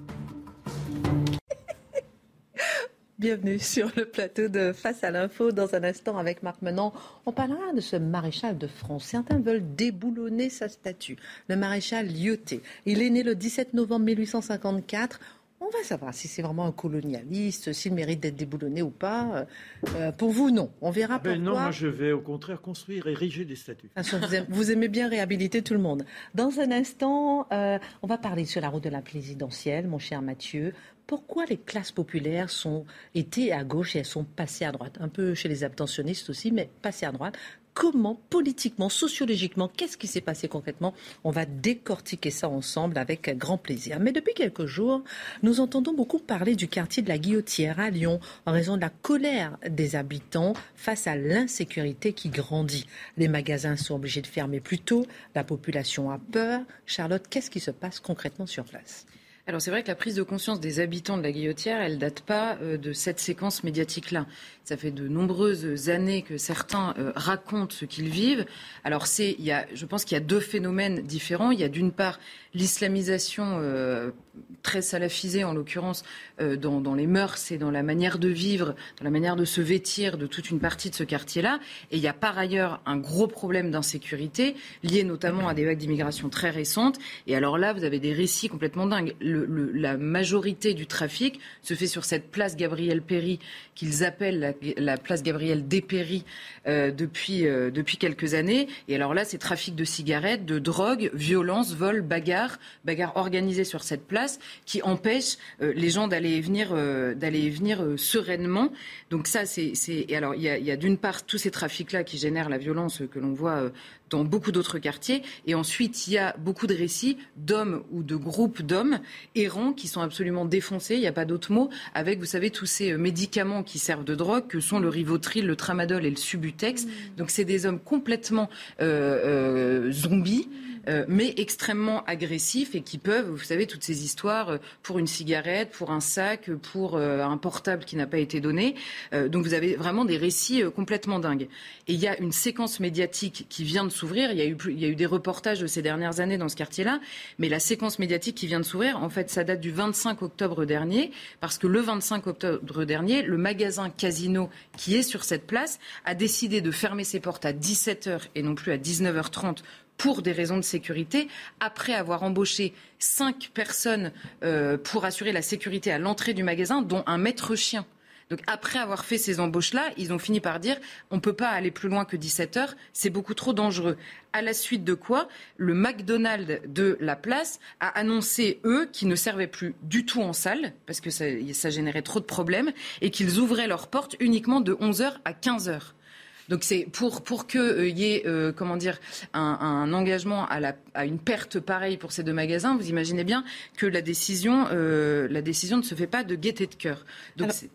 Bienvenue sur le plateau de Face à l'info. Dans un instant, avec Marc Menant, on parlera de ce maréchal de France. Certains veulent déboulonner sa statue. Le maréchal Lyautey. Il est né le dix-sept novembre mille huit cent cinquante-quatre. On va savoir si c'est vraiment un colonialiste, s'il mérite d'être déboulonné ou pas. Euh, pour vous, non. On verra pourquoi. Ben non, moi je vais au contraire construire, ériger des statues. Vous aimez, vous aimez bien réhabiliter tout le monde. Dans un instant, euh, on va parler sur la route de la présidentielle, mon cher Mathieu. Pourquoi les classes populaires sont étaient à gauche et elles sont passées à droite ? Un peu chez les abstentionnistes aussi, mais passées à droite. Comment, politiquement, sociologiquement, qu'est-ce qui s'est passé concrètement ? On va décortiquer ça ensemble avec grand plaisir. Mais depuis quelques jours, nous entendons beaucoup parler du quartier de la Guillotière à Lyon en raison de la colère des habitants face à l'insécurité qui grandit. Les magasins sont obligés de fermer plus tôt, la population a peur. Charlotte, qu'est-ce qui se passe concrètement sur place ? Alors c'est vrai que la prise de conscience des habitants de la Guillotière, elle date pas euh, de cette séquence médiatique-là. Ça fait de nombreuses années que certains euh, racontent ce qu'ils vivent. Alors c'est, il y a, je pense qu'il y a deux phénomènes différents. Il y a d'une part l'islamisation euh, très salafisée, en l'occurrence, euh, dans, dans les mœurs et dans la manière de vivre, dans la manière de se vêtir de toute une partie de ce quartier-là. Et il y a par ailleurs un gros problème d'insécurité lié notamment à des vagues d'immigration très récentes. Et alors là, vous avez des récits complètement dingues. Le, le, la majorité du trafic se fait sur cette place Gabriel-Péri qu'ils appellent la, la place Gabriel-Despéry euh, depuis, euh, depuis quelques années. Et alors là, c'est trafic de cigarettes, de drogue, violence, vol, bagarre, bagarre organisée sur cette place qui empêche euh, les gens d'aller et venir, euh, d'aller et venir euh, sereinement. Donc ça, c'est... c'est... Et alors, il y a, il y a d'une part tous ces trafics-là qui génèrent la violence que l'on voit euh, dans beaucoup d'autres quartiers. Et ensuite, il y a beaucoup de récits d'hommes ou de groupes d'hommes errants qui sont absolument défoncés, il n'y a pas d'autre mot, avec, vous savez, tous ces médicaments qui servent de drogue, que sont le Rivotril, le Tramadol et le Subutex. Mmh. Donc c'est des hommes complètement euh, euh, zombies. Euh, mais extrêmement agressifs et qui peuvent, vous savez, toutes ces histoires euh, pour une cigarette, pour un sac, pour euh, un portable qui n'a pas été donné. Euh, donc vous avez vraiment des récits euh, complètement dingues. Et il y a une séquence médiatique qui vient de s'ouvrir. Il y a eu, il y a eu des reportages de ces dernières années dans ce quartier-là, mais la séquence médiatique qui vient de s'ouvrir, en fait, ça date du vingt-cinq octobre dernier, parce que le vingt-cinq octobre dernier, le magasin Casino qui est sur cette place a décidé de fermer ses portes à dix-sept heures et non plus à dix-neuf heures trente pour des raisons de sécurité, après avoir embauché cinq personnes euh, pour assurer la sécurité à l'entrée du magasin, dont un maître chien. Donc après avoir fait ces embauches-là, ils ont fini par dire on ne peut pas aller plus loin que dix-sept heures, c'est beaucoup trop dangereux. À la suite de quoi, le McDonald's de la place a annoncé, eux, qu'ils ne servaient plus du tout en salle, parce que ça, ça générait trop de problèmes, et qu'ils ouvraient leurs portes uniquement de onze heures à quinze heures. Donc c'est pour pour que euh, y ait euh, comment dire un, un engagement à la à une perte pareille pour ces deux magasins, vous imaginez bien que la décision euh, la décision ne se fait pas de gaieté de cœur. Donc Alors... c'est...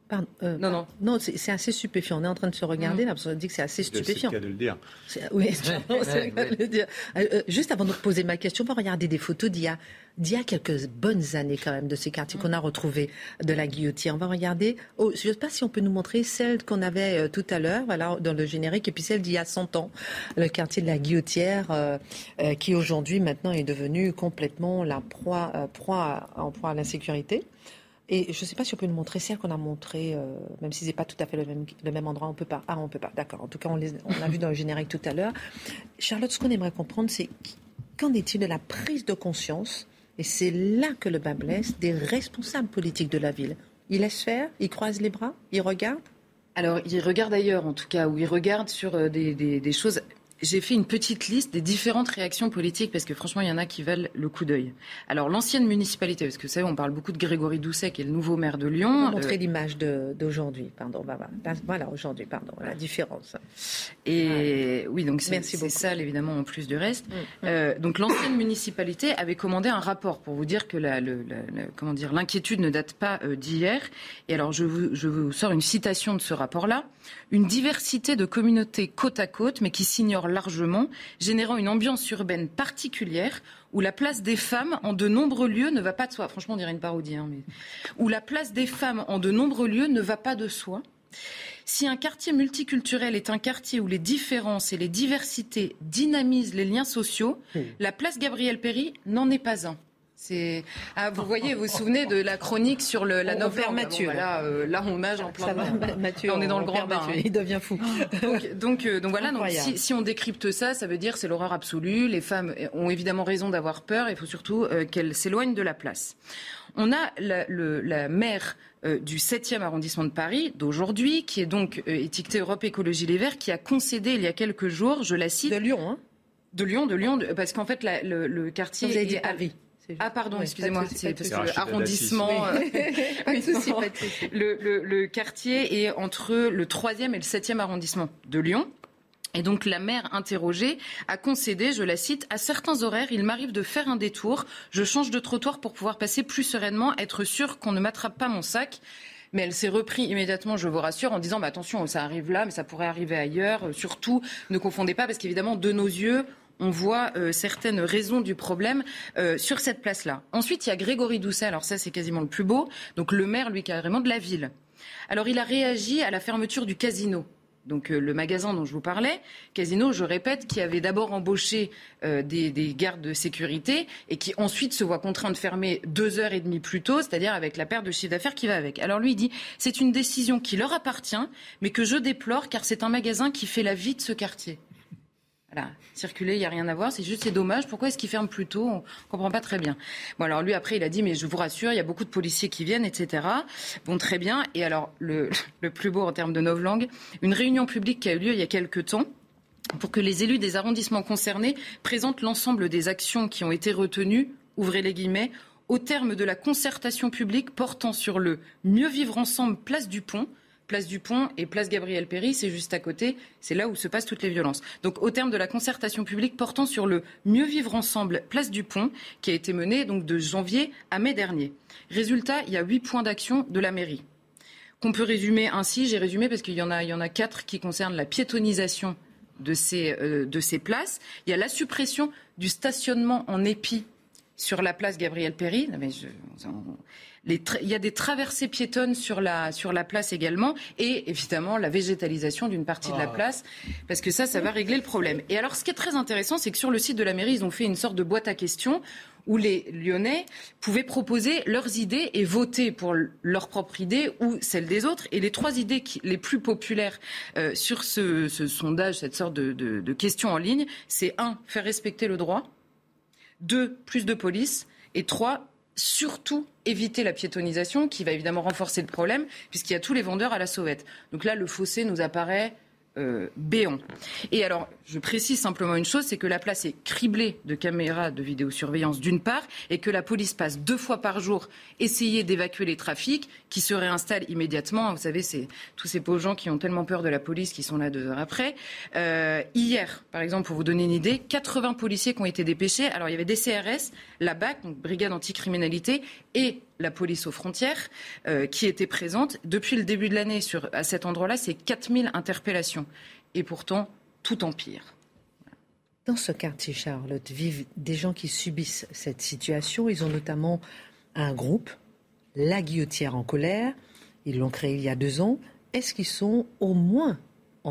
Pardon, euh, non, non, non, c'est, c'est assez stupéfiant. On est en train de se regarder, mmh. là, parce qu'on dit que c'est assez stupéfiant. C'est le cas de le dire. C'est, oui, c'est le cas de le dire. Euh, juste avant de poser ma question, on va regarder des photos d'il y a, d'il y a quelques bonnes années quand même de ces quartiers mmh. qu'on a retrouvés de la Guillotière. On va regarder, oh, je ne sais pas si on peut nous montrer celle qu'on avait euh, tout à l'heure, voilà, dans le générique, et puis celle d'il y a cent ans, le quartier de la Guillotière, euh, euh, qui aujourd'hui maintenant est devenu complètement la proie, euh, proie en proie à l'insécurité. Et je ne sais pas si on peut nous montrer celle qu'on a montrée, euh, même si ce n'est pas tout à fait le même, le même endroit, on ne peut pas. Ah, on ne peut pas, d'accord. En tout cas, on, les, on l'a vu dans le générique tout à l'heure. Charlotte, ce qu'on aimerait comprendre, c'est qu'en est-il de la prise de conscience, et c'est là que le bas blesse, des responsables politiques de la ville. Ils laissent faire, ils croisent les bras, ils regardent. Alors, ils regardent ailleurs, en tout cas, ou ils regardent sur des, des, des choses... J'ai fait une petite liste des différentes réactions politiques parce que franchement, il y en a qui valent le coup d'œil. Alors, l'ancienne municipalité, parce que vous savez, on parle beaucoup de Grégory Doucet, qui est le nouveau maire de Lyon. On va montrer euh... l'image de, d'aujourd'hui, pardon. Voilà, aujourd'hui, pardon, la différence. Et oui, donc c'est, Merci c'est ça, évidemment, en plus du reste. Mmh. Euh, donc, l'ancienne municipalité avait commandé un rapport pour vous dire que la, le, la, la, comment dire, l'inquiétude ne date pas euh, d'hier. Et alors, je vous, je vous sors une citation de ce rapport-là. Une diversité de communautés côte à côte, mais qui s'ignorent largement, générant une ambiance urbaine particulière où la place des femmes en de nombreux lieux ne va pas de soi. Franchement, on dirait une parodie, hein, mais où la place des femmes en de nombreux lieux ne va pas de soi. Si un quartier multiculturel est un quartier où les différences et les diversités dynamisent les liens sociaux, mmh. la place Gabriel Péri n'en est pas un. C'est... Ah, vous voyez, vous vous souvenez de la chronique sur le, la novlangue. Mathieu. Bon, voilà, euh, là, on nage en plein. Ça va, Mathieu, on est dans le grand bain. Hein. Il devient fou. donc, donc, euh, donc voilà. Donc, si, si on décrypte ça, ça veut dire c'est l'horreur absolue. Les femmes ont évidemment raison d'avoir peur. Il faut surtout euh, qu'elles s'éloignent de la place. On a la, le, la maire euh, du septième arrondissement de Paris d'aujourd'hui, qui est donc euh, étiquetée Europe Écologie Les Verts, qui a concédé il y a quelques jours, je la cite. De Lyon, hein. De Lyon, de Lyon, de, parce qu'en fait, la, le, le quartier. Vous avez dit est Paris. Ah pardon, oui, excusez-moi, c'est parce que l'arrondissement, oui. euh, pas de souci, pas de souci. Le, le, le quartier est entre le troisième et le septième arrondissement de Lyon. Et donc la maire interrogée a concédé, je la cite, « À certains horaires, il m'arrive de faire un détour. Je change de trottoir pour pouvoir passer plus sereinement, être sûr qu'on ne m'attrape pas mon sac. » Mais elle s'est repris immédiatement, je vous rassure, en disant bah, « Attention, ça arrive là, mais ça pourrait arriver ailleurs. Surtout, ne confondez pas, parce qu'évidemment, de nos yeux, on voit euh, certaines raisons du problème euh, sur cette place-là. » Ensuite, il y a Grégory Doucet. Alors ça, c'est quasiment le plus beau. Donc le maire, lui, carrément de la ville. Alors il a réagi à la fermeture du Casino. Donc euh, le magasin dont je vous parlais, Casino, je répète, qui avait d'abord embauché euh, des, des gardes de sécurité et qui ensuite se voit contraint de fermer deux heures et demie plus tôt, c'est-à-dire avec la perte de chiffre d'affaires qui va avec. Alors lui, il dit, c'est une décision qui leur appartient, mais que je déplore car c'est un magasin qui fait la vie de ce quartier. Voilà, circuler, il n'y a rien à voir, c'est juste, c'est dommage. Pourquoi est-ce qu'il ferme plus tôt ? On ne comprend pas très bien. Bon, alors lui, après, il a dit, mais je vous rassure, il y a beaucoup de policiers qui viennent, et cetera. Bon, très bien. Et alors, le, le plus beau en termes de novlangue, une réunion publique qui a eu lieu il y a quelques temps pour que les élus des arrondissements concernés présentent l'ensemble des actions qui ont été retenues, ouvrez les guillemets, au terme de la concertation publique portant sur le mieux vivre ensemble, place du Pont. Place du Pont et place Gabriel Péri, c'est juste à côté, c'est là où se passent toutes les violences. Donc au terme de la concertation publique portant sur le mieux vivre ensemble, place du Pont, qui a été menée donc de janvier à mai dernier. Résultat, il y a huit points d'action de la mairie. Qu'on peut résumer ainsi, j'ai résumé parce qu'il y en a, il y en a quatre qui concernent la piétonisation de ces, euh, de ces places. Il y a la suppression du stationnement en épi sur la place Gabriel Péri. Mais je, on, Les tra- il y a des traversées piétonnes sur la, sur la place également et évidemment la végétalisation d'une partie ah. de la place parce que ça, ça va régler le problème. Et alors ce qui est très intéressant, c'est que sur le site de la mairie, ils ont fait une sorte de boîte à questions où les Lyonnais pouvaient proposer leurs idées et voter pour leur propre idée ou celle des autres. Et les trois idées qui, les plus populaires euh, sur ce, ce sondage, cette sorte de, de, de questions en ligne, c'est un, faire respecter le droit, deux, plus de police et trois, surtout éviter la piétonisation qui va évidemment renforcer le problème puisqu'il y a tous les vendeurs à la sauvette. Donc là, le fossé nous apparaît euh, béant. Et alors, je précise simplement une chose, c'est que la place est criblée de caméras de vidéosurveillance d'une part et que la police passe deux fois par jour essayer d'évacuer les trafics qui se réinstallent immédiatement. Vous savez, c'est tous ces pauvres gens qui ont tellement peur de la police qui sont là deux heures après. Euh, hier, par exemple, pour vous donner une idée, quatre-vingts policiers qui ont été dépêchés. Alors, il y avait des C R S, la B A C, donc Brigade Anticriminalité, et la police aux frontières euh, qui était présente. Depuis le début de l'année, sur, à cet endroit-là, c'est quatre mille interpellations. Et pourtant, tout empire. Dans ce quartier, Charlotte, vivent des gens qui subissent cette situation. Ils ont notamment un groupe, La Guillotière en colère. Ils l'ont créé il y a deux ans. Est-ce qu'ils sont au moins entendus ?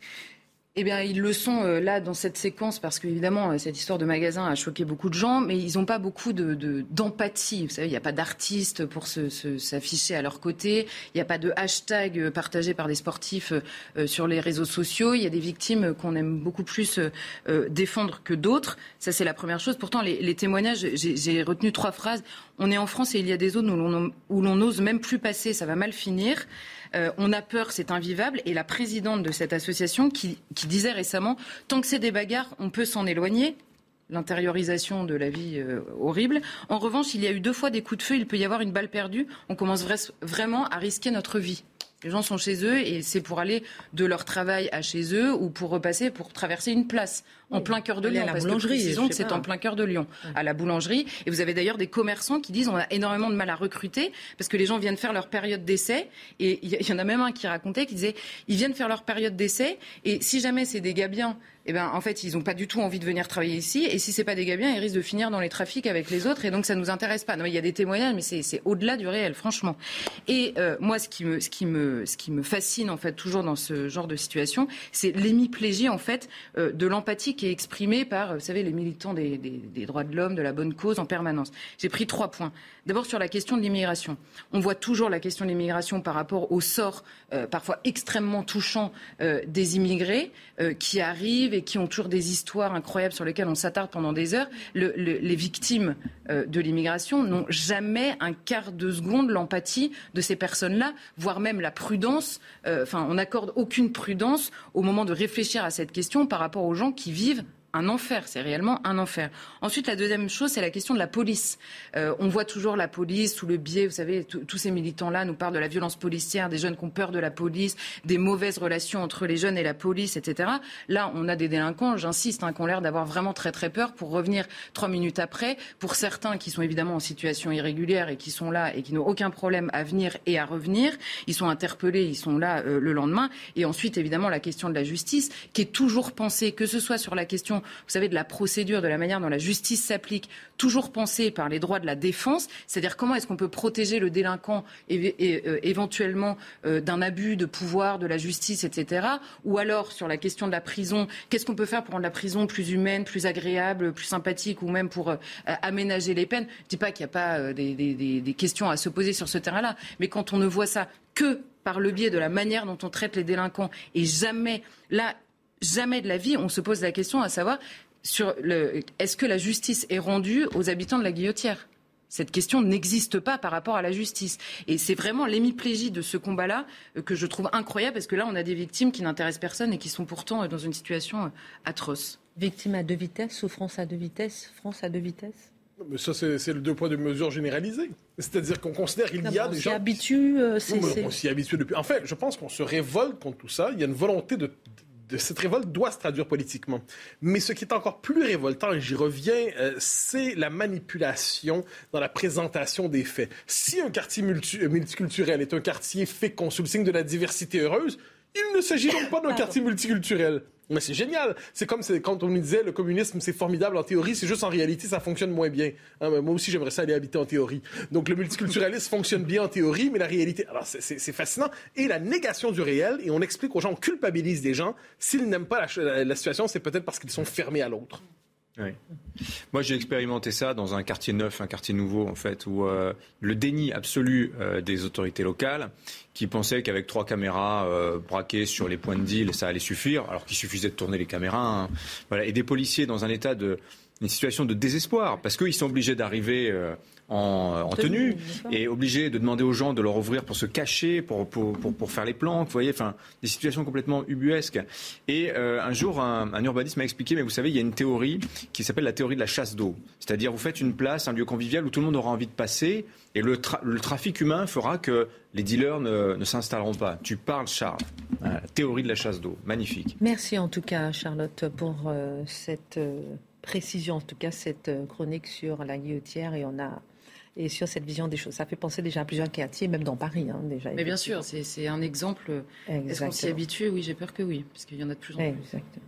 Eh bien, ils le sont euh, là dans cette séquence parce qu'évidemment, cette histoire de magasin a choqué beaucoup de gens, mais ils n'ont pas beaucoup de, de, d'empathie. Vous savez, il n'y a pas d'artistes pour se, se, s'afficher à leur côté. Il n'y a pas de hashtag partagé par des sportifs euh, sur les réseaux sociaux. Il y a des victimes qu'on aime beaucoup plus euh, défendre que d'autres. Ça, c'est la première chose. Pourtant, les, les témoignages, j'ai, j'ai retenu trois phrases. On est en France et il y a des zones où l'on, où l'on n'ose même plus passer. Ça va mal finir. Euh, on a peur, c'est invivable. Et la présidente de cette association qui, qui disait récemment, tant que c'est des bagarres, on peut s'en éloigner. L'intériorisation de la vie euh, horrible. En revanche, il y a eu deux fois des coups de feu, il peut y avoir une balle perdue. On commence vra- vraiment à risquer notre vie. Les gens sont chez eux et c'est pour aller de leur travail à chez eux ou pour repasser, pour traverser une place en oui, plein cœur de Lyon. Parce que précisons que c'est pas. en plein cœur de Lyon, oui. à la boulangerie. Et vous avez d'ailleurs des commerçants qui disent on a énormément de mal à recruter parce que les gens viennent faire leur période d'essai. Et il y, y en a même un qui racontait, qui disait ils viennent faire leur période d'essai et si jamais c'est des gars bien, eh ben, en fait, ils n'ont pas du tout envie de venir travailler ici. Et si c'est pas des gars bien, ils risquent de finir dans les trafics avec les autres. Et donc, ça nous intéresse pas. Non, il y a des témoignages, mais c'est, c'est au-delà du réel, franchement. Et euh, moi, ce qui me, ce qui me, ce qui me fascine, en fait, toujours dans ce genre de situation, c'est l'hémiplégie, en fait, euh, de l'empathie qui est exprimée par, vous savez, les militants des, des, des droits de l'homme, de la bonne cause en permanence. J'ai pris trois points. D'abord, sur la question de l'immigration. On voit toujours la question de l'immigration par rapport au sort, euh, parfois extrêmement touchant, euh, des immigrés euh, qui arrivent et qui ont toujours des histoires incroyables sur lesquelles on s'attarde pendant des heures. Le, le, les victimes euh, de l'immigration n'ont jamais un quart de seconde l'empathie de ces personnes-là, voire même la prudence. Euh, enfin, on n'accorde aucune prudence au moment de réfléchir à cette question par rapport aux gens qui vivent un enfer, c'est réellement un enfer. Ensuite, la deuxième chose, c'est la question de la police. Euh, on voit toujours la police sous le biais, vous savez, t- tous ces militants-là nous parlent de la violence policière, des jeunes qui ont peur de la police, des mauvaises relations entre les jeunes et la police, et cetera. Là, on a des délinquants, j'insiste, hein, qui ont l'air d'avoir vraiment très très peur pour revenir trois minutes après. Pour certains qui sont évidemment en situation irrégulière et qui sont là et qui n'ont aucun problème à venir et à revenir, ils sont interpellés, ils sont là euh, le lendemain. Et ensuite, évidemment, la question de la justice, qui est toujours pensée, que ce soit sur la question, vous savez, de la procédure, de la manière dont la justice s'applique, toujours pensée par les droits de la défense, c'est-à-dire comment est-ce qu'on peut protéger le délinquant et, et, euh, éventuellement euh, d'un abus de pouvoir de la justice, et cetera. Ou alors, sur la question de la prison, qu'est-ce qu'on peut faire pour rendre la prison plus humaine, plus agréable, plus sympathique, ou même pour euh, aménager les peines. Je ne dis pas qu'il n'y a pas euh, des, des, des questions à se poser sur ce terrain-là, mais quand on ne voit ça que par le biais de la manière dont on traite les délinquants, et jamais, là, jamais de la vie, on se pose la question à savoir sur le, est-ce que la justice est rendue aux habitants de la Guillotière ? Cette question n'existe pas par rapport à la justice. Et c'est vraiment l'hémiplégie de ce combat-là que je trouve incroyable, parce que là, on a des victimes qui n'intéressent personne et qui sont pourtant dans une situation atroce. Victimes à deux vitesses, souffrance à deux vitesses, France à deux vitesses ? Mais ça, c'est, c'est le deux poids, deux mesures généralisées. C'est-à-dire qu'on considère qu'il non, y a des gens... On s'y habitue, euh, c'est... Non, c'est... On s'y habitue depuis... En fait, je pense qu'on se révolte contre tout ça. Il y a une volonté de... de cette révolte doit se traduire politiquement. Mais ce qui est encore plus révoltant, et j'y reviens, euh, c'est la manipulation dans la présentation des faits. Si un quartier multi- multiculturel est un quartier fécond sous le signe de la diversité heureuse, il ne s'agit donc pas d'un quartier multiculturel. Mais c'est génial. C'est comme c'est, quand on nous disait le communisme, c'est formidable en théorie, c'est juste en réalité, ça fonctionne moins bien. Hein, moi aussi, j'aimerais ça aller habiter en théorie. Donc le multiculturalisme fonctionne bien en théorie, mais la réalité... Alors c'est, c'est, c'est fascinant. Et la négation du réel, et on explique aux gens, on culpabilise des gens. S'ils n'aiment pas la, la, la situation, c'est peut-être parce qu'ils sont fermés à l'autre. Oui. Moi, j'ai expérimenté ça dans un quartier neuf, un quartier nouveau, en fait, où euh, le déni absolu euh, des autorités locales, qui pensaient qu'avec trois caméras euh, braquées sur les points de deal, ça allait suffire, alors qu'il suffisait de tourner les caméras. Hein. Voilà. Et des policiers dans un état de, une situation de désespoir, parce qu'ils sont obligés d'arriver euh, en, en tenue, et obligés de demander aux gens de leur ouvrir pour se cacher, pour, pour, pour, pour faire les planques, vous voyez, enfin, des situations complètement ubuesques. Et euh, un jour, un, un urbaniste m'a expliqué, mais vous savez, il y a une théorie qui s'appelle la théorie de la chasse d'eau. C'est-à-dire, vous faites une place, un lieu convivial où tout le monde aura envie de passer, et le, tra- le trafic humain fera que les dealers ne, ne s'installeront pas. Tu parles, Charles. Voilà, théorie de la chasse d'eau. Magnifique. Merci en tout cas, Charlotte, pour euh, cette... Euh... précision, en tout cas, cette chronique sur la Guillotière. Et on a et sur cette vision des choses. Ça fait penser déjà à plusieurs quartiers, même dans Paris. Hein, déjà, mais bien sûr, c'est, c'est un exemple. Exactement. Est-ce qu'on s'y habitue ? Oui, j'ai peur que oui, parce qu'il y en a de plus en plus. Exactement.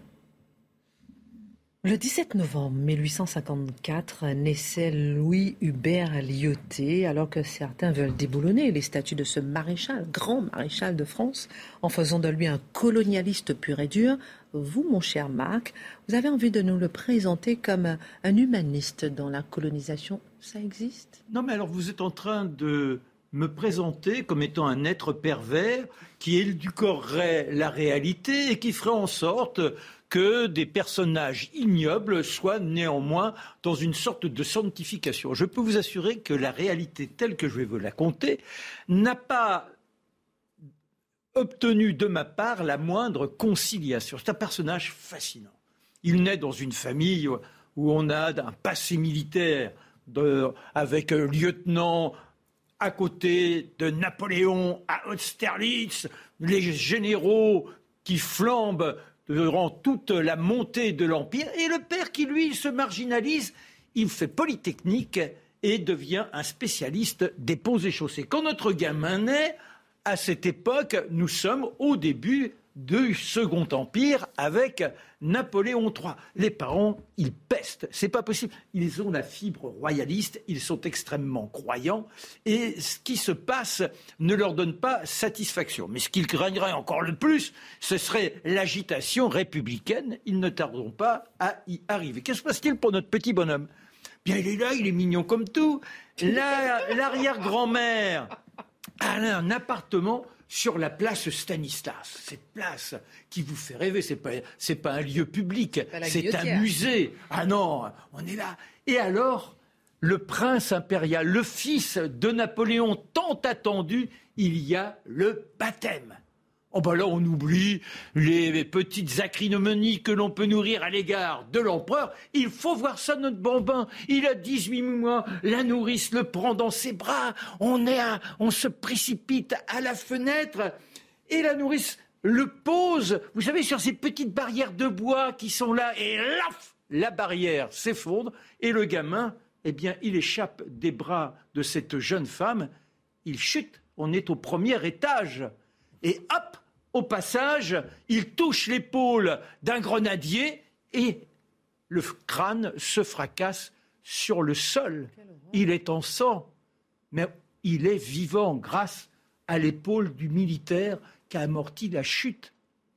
Le dix-sept novembre mille huit cent cinquante-quatre naissait Louis Hubert Lyautey, alors que certains veulent déboulonner les statuts de ce maréchal, grand maréchal de France, en faisant de lui un colonialiste pur et dur. Vous, mon cher Marc, vous avez envie de nous le présenter comme un humaniste dans la colonisation. Ça existe ? Non, mais alors vous êtes en train de me présenter comme étant un être pervers qui édulcorerait la réalité et qui ferait en sorte que des personnages ignobles soient néanmoins dans une sorte de sanctification. Je peux vous assurer que la réalité telle que je vais vous la conter n'a pas obtenu de ma part la moindre conciliation. C'est un personnage fascinant. Il naît dans une famille où on a un passé militaire de, avec un lieutenant à côté de Napoléon à Austerlitz, les généraux qui flambent durant toute la montée de l'Empire, et le père qui, lui, se marginalise, il fait Polytechnique et devient un spécialiste des ponts et chaussées. Quand notre gamin naît, à cette époque, nous sommes au début du Second Empire avec Napoléon trois. Les parents, ils pestent, c'est pas possible. Ils ont la fibre royaliste, ils sont extrêmement croyants et ce qui se passe ne leur donne pas satisfaction. Mais ce qu'ils craigneraient encore le plus, ce serait l'agitation républicaine. Ils ne tarderont pas à y arriver. Qu'est-ce que se passe-t-il pour notre petit bonhomme ? Bien, il est là, il est mignon comme tout. La, l'arrière-grand-mère a un appartement sur la place Stanislas, cette place qui vous fait rêver, c'est pas, c'est pas un lieu public, c'est un musée. Ah non, on est là. Et alors, le prince impérial, le fils de Napoléon tant attendu, il y a le baptême. Oh ben là, on oublie les petites acrinomonies que l'on peut nourrir à l'égard de l'empereur. Il faut voir ça, notre bambin. Il a dix-huit mois, la nourrice le prend dans ses bras. On est à, on se précipite à la fenêtre et la nourrice le pose, vous savez, sur ces petites barrières de bois qui sont là. Et laf, la barrière s'effondre et le gamin, eh bien, il échappe des bras de cette jeune femme. Il chute. On est au premier étage. Et hop, au passage, il touche l'épaule d'un grenadier et le crâne se fracasse sur le sol. Il est en sang, mais il est vivant grâce à l'épaule du militaire qui a amorti la chute.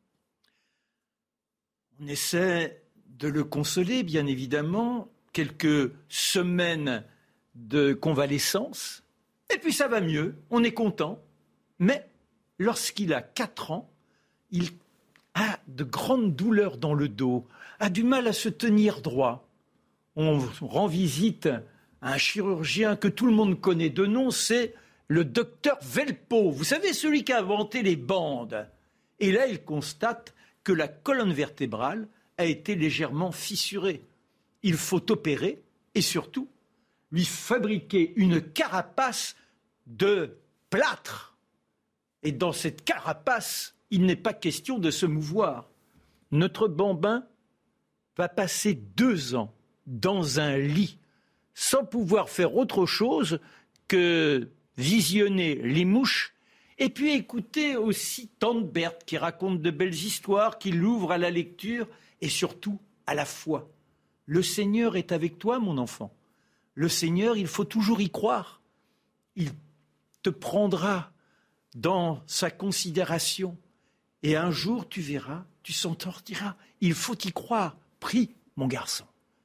On essaie de le consoler, bien évidemment, quelques semaines de convalescence, et puis ça va mieux, on est content, mais lorsqu'il a quatre ans, il a de grandes douleurs dans le dos, a du mal à se tenir droit. On rend visite à un chirurgien que tout le monde connaît de nom, c'est le docteur Velpeau. Vous savez, celui qui a inventé les bandes. Et là, il constate que la colonne vertébrale a été légèrement fissurée. Il faut opérer et surtout lui fabriquer une carapace de plâtre. Et dans cette carapace, il n'est pas question de se mouvoir. Notre bambin va passer deux ans dans un lit, sans pouvoir faire autre chose que visionner les mouches, et puis écouter aussi Tante Berthe qui raconte de belles histoires, qui l'ouvre à la lecture, et surtout à la foi. Le Seigneur est avec toi, mon enfant. Le Seigneur, il faut toujours y croire. Il te prendra dans sa considération. Et un jour, tu verras, tu s'en sortiras. Il faut y croire. Prie, mon garçon.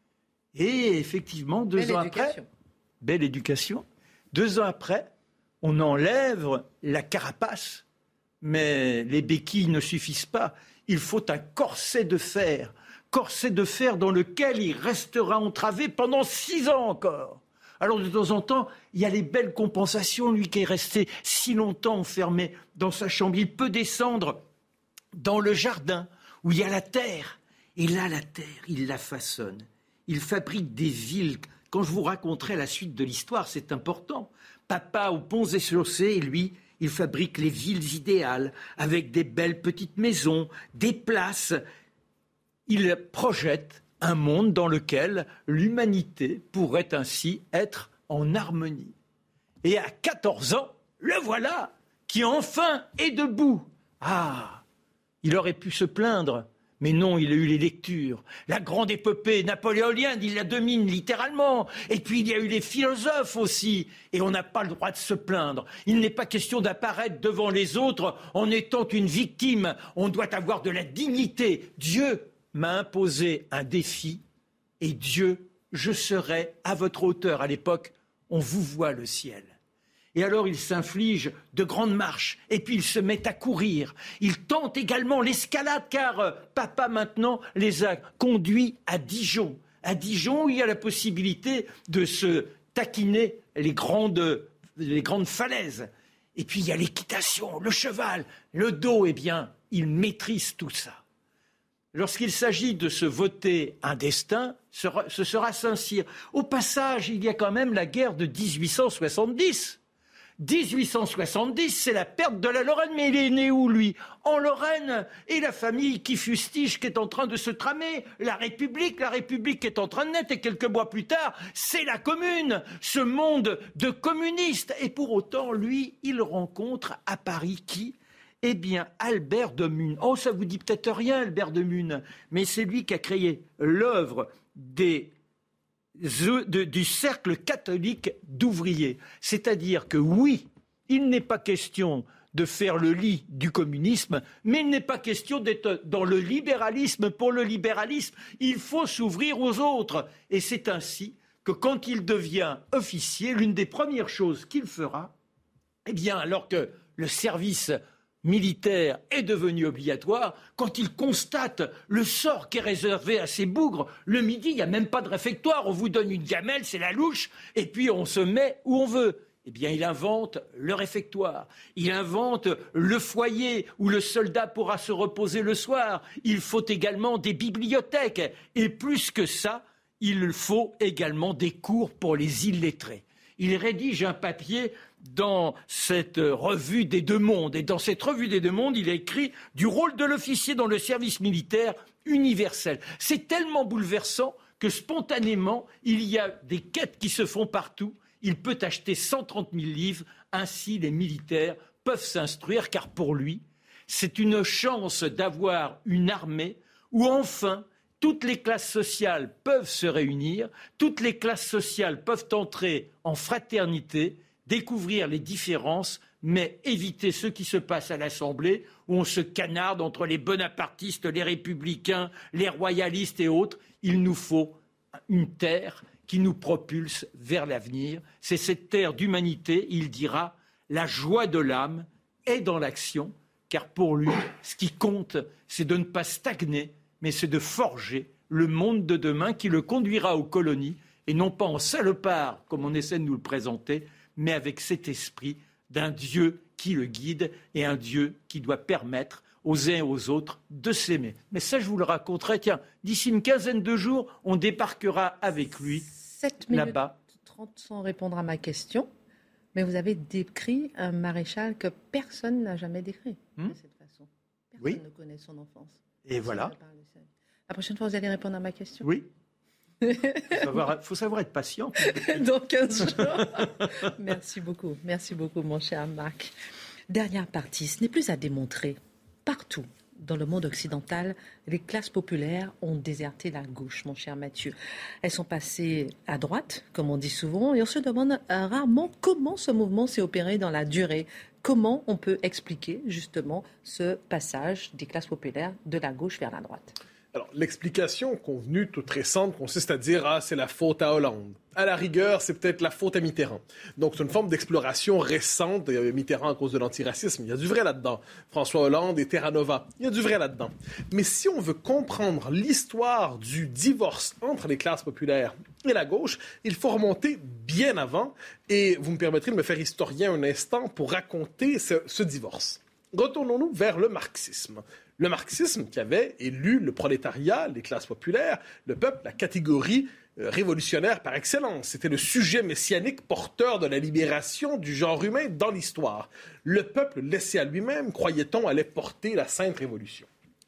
Et effectivement, deux belle ans éducation. après, belle éducation, deux ans après, on enlève la carapace. Mais les béquilles ne suffisent pas. Il faut un corset de fer. Corset de fer dans lequel il restera entravé pendant six ans encore. Alors de temps en temps, il y a les belles compensations, lui qui est resté si longtemps enfermé dans sa chambre. Il peut descendre dans le jardin où il y a la terre. Et là, la terre, il la façonne. Il fabrique des villes. Quand je vous raconterai la suite de l'histoire, c'est important. Papa aux ponts et chaussées, lui, il fabrique les villes idéales avec des belles petites maisons, des places. Il projette un monde dans lequel l'humanité pourrait ainsi être en harmonie. Et à quatorze ans, le voilà qui enfin est debout. Ah, il aurait pu se plaindre. Mais non, il a eu les lectures. La grande épopée napoléonienne, il la domine littéralement. Et puis il y a eu les philosophes aussi. Et on n'a pas le droit de se plaindre. Il n'est pas question d'apparaître devant les autres en étant une victime. On doit avoir de la dignité. Dieu m'a imposé un défi. Et Dieu, je serai à votre hauteur. À l'époque, on vous voit le ciel. Et alors il s'inflige de grandes marches, et puis il se met à courir. Il tente également l'escalade, car euh, papa maintenant les a conduits à Dijon. À Dijon, il y a la possibilité de se taquiner les grandes, les grandes falaises. Et puis il y a l'équitation, le cheval, le dos, eh bien, il maîtrise tout ça. Lorsqu'il s'agit de se voter un destin, ce sera Saint-Cyr. Au passage, il y a quand même la guerre de dix-huit cent soixante-dix. dix-huit cent soixante-dix, c'est la perte de la Lorraine. Mais il est né où, lui ? En Lorraine. Et la famille qui fustige, qui est en train de se tramer. La République, la République est en train de naître. Et quelques mois plus tard, c'est la Commune. Ce monde de communistes. Et pour autant, lui, il rencontre à Paris qui ? Eh bien, Albert de Mun. Oh, ça vous dit peut-être rien, Albert de Mun. Mais c'est lui qui a créé l'œuvre des... De, du cercle catholique d'ouvriers. C'est-à-dire que oui, il n'est pas question de faire le lit du communisme, mais il n'est pas question d'être dans le libéralisme. Pour le libéralisme, il faut s'ouvrir aux autres. Et c'est ainsi que quand il devient officier, l'une des premières choses qu'il fera, eh bien, alors que le service militaire est devenu obligatoire, quand il constate le sort qui est réservé à ces bougres, le midi, il n'y a même pas de réfectoire, on vous donne une gamelle, c'est la louche, et puis on se met où on veut. Eh bien, il invente le réfectoire, il invente le foyer où le soldat pourra se reposer le soir. Il faut également des bibliothèques, et plus que ça, il faut également des cours pour les illettrés. Il rédige un papier dans cette revue des Deux Mondes. Et dans cette revue des Deux Mondes, il a écrit du rôle de l'officier dans le service militaire universel. C'est tellement bouleversant que spontanément, il y a des quêtes qui se font partout. Il peut acheter cent trente mille livres. Ainsi, les militaires peuvent s'instruire, car pour lui, c'est une chance d'avoir une armée où enfin toutes les classes sociales peuvent se réunir, toutes les classes sociales peuvent entrer en fraternité, découvrir les différences, mais éviter ce qui se passe à l'Assemblée, où on se canarde entre les bonapartistes, les républicains, les royalistes et autres. Il nous faut une terre qui nous propulse vers l'avenir. C'est cette terre d'humanité, il dira, la joie de l'âme est dans l'action, car pour lui, ce qui compte, c'est de ne pas stagner, mais c'est de forger le monde de demain qui le conduira aux colonies, et non pas en salopard, comme on essaie de nous le présenter, mais avec cet esprit d'un Dieu qui le guide et un Dieu qui doit permettre aux uns et aux autres de s'aimer. Mais ça, je vous le raconterai. Tiens, d'ici une quinzaine de jours, on débarquera avec lui là-bas. sept minutes trente sans répondre à ma question, mais vous avez décrit un maréchal que personne n'a jamais décrit hmm? de cette façon. Personne oui. ne connaît son enfance. Et personne voilà. La prochaine fois, vous allez répondre à ma question. Oui. Il faut, faut savoir être patient. Dans quinze jours. Merci beaucoup. Merci beaucoup, mon cher Marc. Dernière partie, ce n'est plus à démontrer. Partout dans le monde occidental, les classes populaires ont déserté la gauche, mon cher Mathieu. Elles sont passées à droite, comme on dit souvent, et on se demande rarement comment ce mouvement s'est opéré dans la durée. Comment on peut expliquer justement ce passage des classes populaires de la gauche vers la droite ? Alors, l'explication convenue, toute récente, consiste à dire « Ah, c'est la faute à Hollande ». À la rigueur, c'est peut-être la faute à Mitterrand. Donc, c'est une forme d'exploration récente de Mitterrand à cause de l'antiracisme. Il y a du vrai là-dedans. François Hollande et Terra Nova. Il y a du vrai là-dedans. Mais si on veut comprendre l'histoire du divorce entre les classes populaires et la gauche, il faut remonter bien avant. Et vous me permettrez de me faire historien un instant pour raconter ce, ce divorce. Retournons-nous vers le marxisme. Le marxisme qui avait élu le prolétariat, les classes populaires, le peuple, la catégorie euh, révolutionnaire par excellence. C'était le sujet messianique porteur de la libération du genre humain dans l'histoire. Le peuple laissé à lui-même, croyait-on, allait porter la sainte révolution.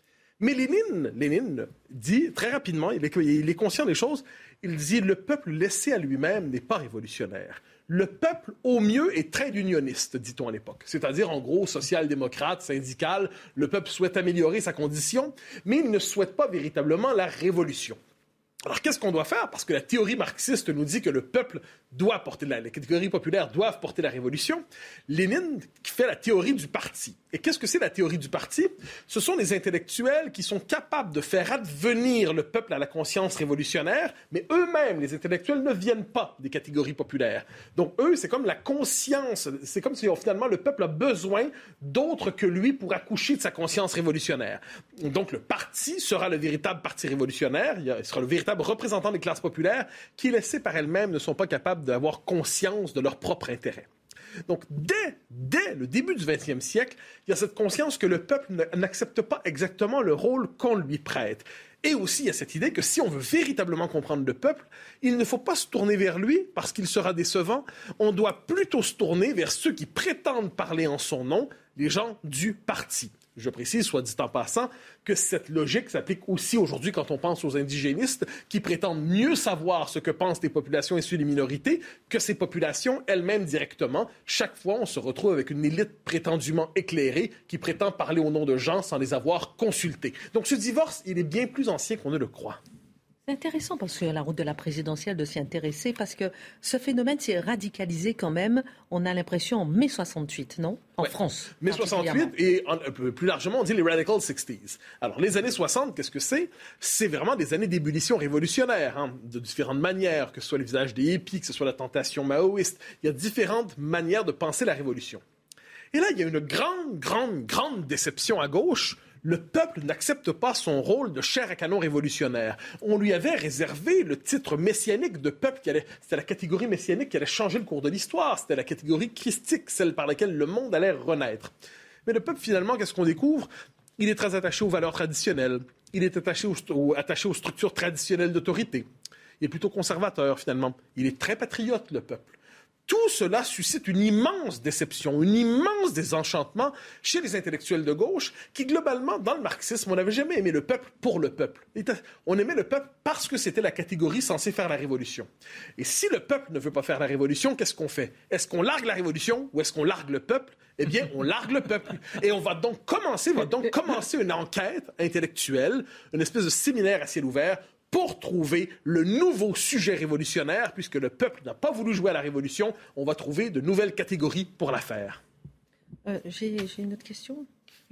Mais Lénine, Lénine dit très rapidement, il est, il est conscient des choses, il dit « Le peuple laissé à lui-même n'est pas révolutionnaire. Le peuple, au mieux, est trade unioniste, dit-on à l'époque. C'est-à-dire, en gros, social-démocrate, syndical. Le peuple souhaite améliorer sa condition, mais il ne souhaite pas véritablement la révolution. » Alors, qu'est-ce qu'on doit faire? Parce que la théorie marxiste nous dit que le peuple doit porter la... Les catégories populaires doivent porter la révolution. Lénine fait la théorie du parti. Et qu'est-ce que c'est la théorie du parti? Ce sont des intellectuels qui sont capables de faire advenir le peuple à la conscience révolutionnaire, mais eux-mêmes, les intellectuels, ne viennent pas des catégories populaires. Donc, eux, c'est comme la conscience. C'est comme si, finalement, le peuple a besoin d'autres que lui pour accoucher de sa conscience révolutionnaire. Donc, le parti sera le véritable parti révolutionnaire. Il sera le véritable représentant des classes populaires qui, laissées par elles-mêmes, ne sont pas capables d'avoir conscience de leur propre intérêt. Donc, dès, dès le début du vingtième siècle, il y a cette conscience que le peuple n'accepte pas exactement le rôle qu'on lui prête. Et aussi, il y a cette idée que si on veut véritablement comprendre le peuple, il ne faut pas se tourner vers lui parce qu'il sera décevant. On doit plutôt se tourner vers ceux qui prétendent parler en son nom, les gens du parti. Je précise, soit dit en passant, que cette logique s'applique aussi aujourd'hui quand on pense aux indigénistes qui prétendent mieux savoir ce que pensent les populations issues des minorités que ces populations elles-mêmes directement. Chaque fois, on se retrouve avec une élite prétendument éclairée qui prétend parler au nom de gens sans les avoir consultés. Donc ce divorce, il est bien plus ancien qu'on ne le croit. C'est intéressant parce que la route de la présidentielle de s'y intéresser parce que ce phénomène s'est radicalisé quand même, on a l'impression, en mai soixante-huit, non? En ouais. France. mai soixante-huit et en, plus largement, on dit les Radical sixties. Alors, les années soixante, qu'est-ce que c'est? C'est vraiment des années d'ébullition révolutionnaire, hein, de différentes manières, que ce soit le visage des hippies, que ce soit la tentation maoïste. Il y a différentes manières de penser la révolution. Et là, il y a une grande, grande, grande déception à gauche. Le peuple n'accepte pas son rôle de chair à canon révolutionnaire. On lui avait réservé le titre messianique de peuple qui allait... C'était la catégorie messianique qui allait changer le cours de l'histoire. C'était la catégorie christique, celle par laquelle le monde allait renaître. Mais le peuple, finalement, qu'est-ce qu'on découvre? Il est très attaché aux valeurs traditionnelles. Il est attaché aux, aux, attaché aux structures traditionnelles d'autorité. Il est plutôt conservateur, finalement. Il est très patriote, le peuple. Tout cela suscite une immense déception, une immense désenchantement chez les intellectuels de gauche qui, globalement, dans le marxisme, on n'avait jamais aimé le peuple pour le peuple. On aimait le peuple parce que c'était la catégorie censée faire la révolution. Et si le peuple ne veut pas faire la révolution, qu'est-ce qu'on fait? Est-ce qu'on largue la révolution ou est-ce qu'on largue le peuple? Eh bien, on largue le peuple. Et on va donc commencer, va donc commencer une enquête intellectuelle, une espèce de séminaire à ciel ouvert pour trouver le nouveau sujet révolutionnaire, puisque le peuple n'a pas voulu jouer à la révolution, on va trouver de nouvelles catégories pour la faire. Euh, j'ai, j'ai une autre question.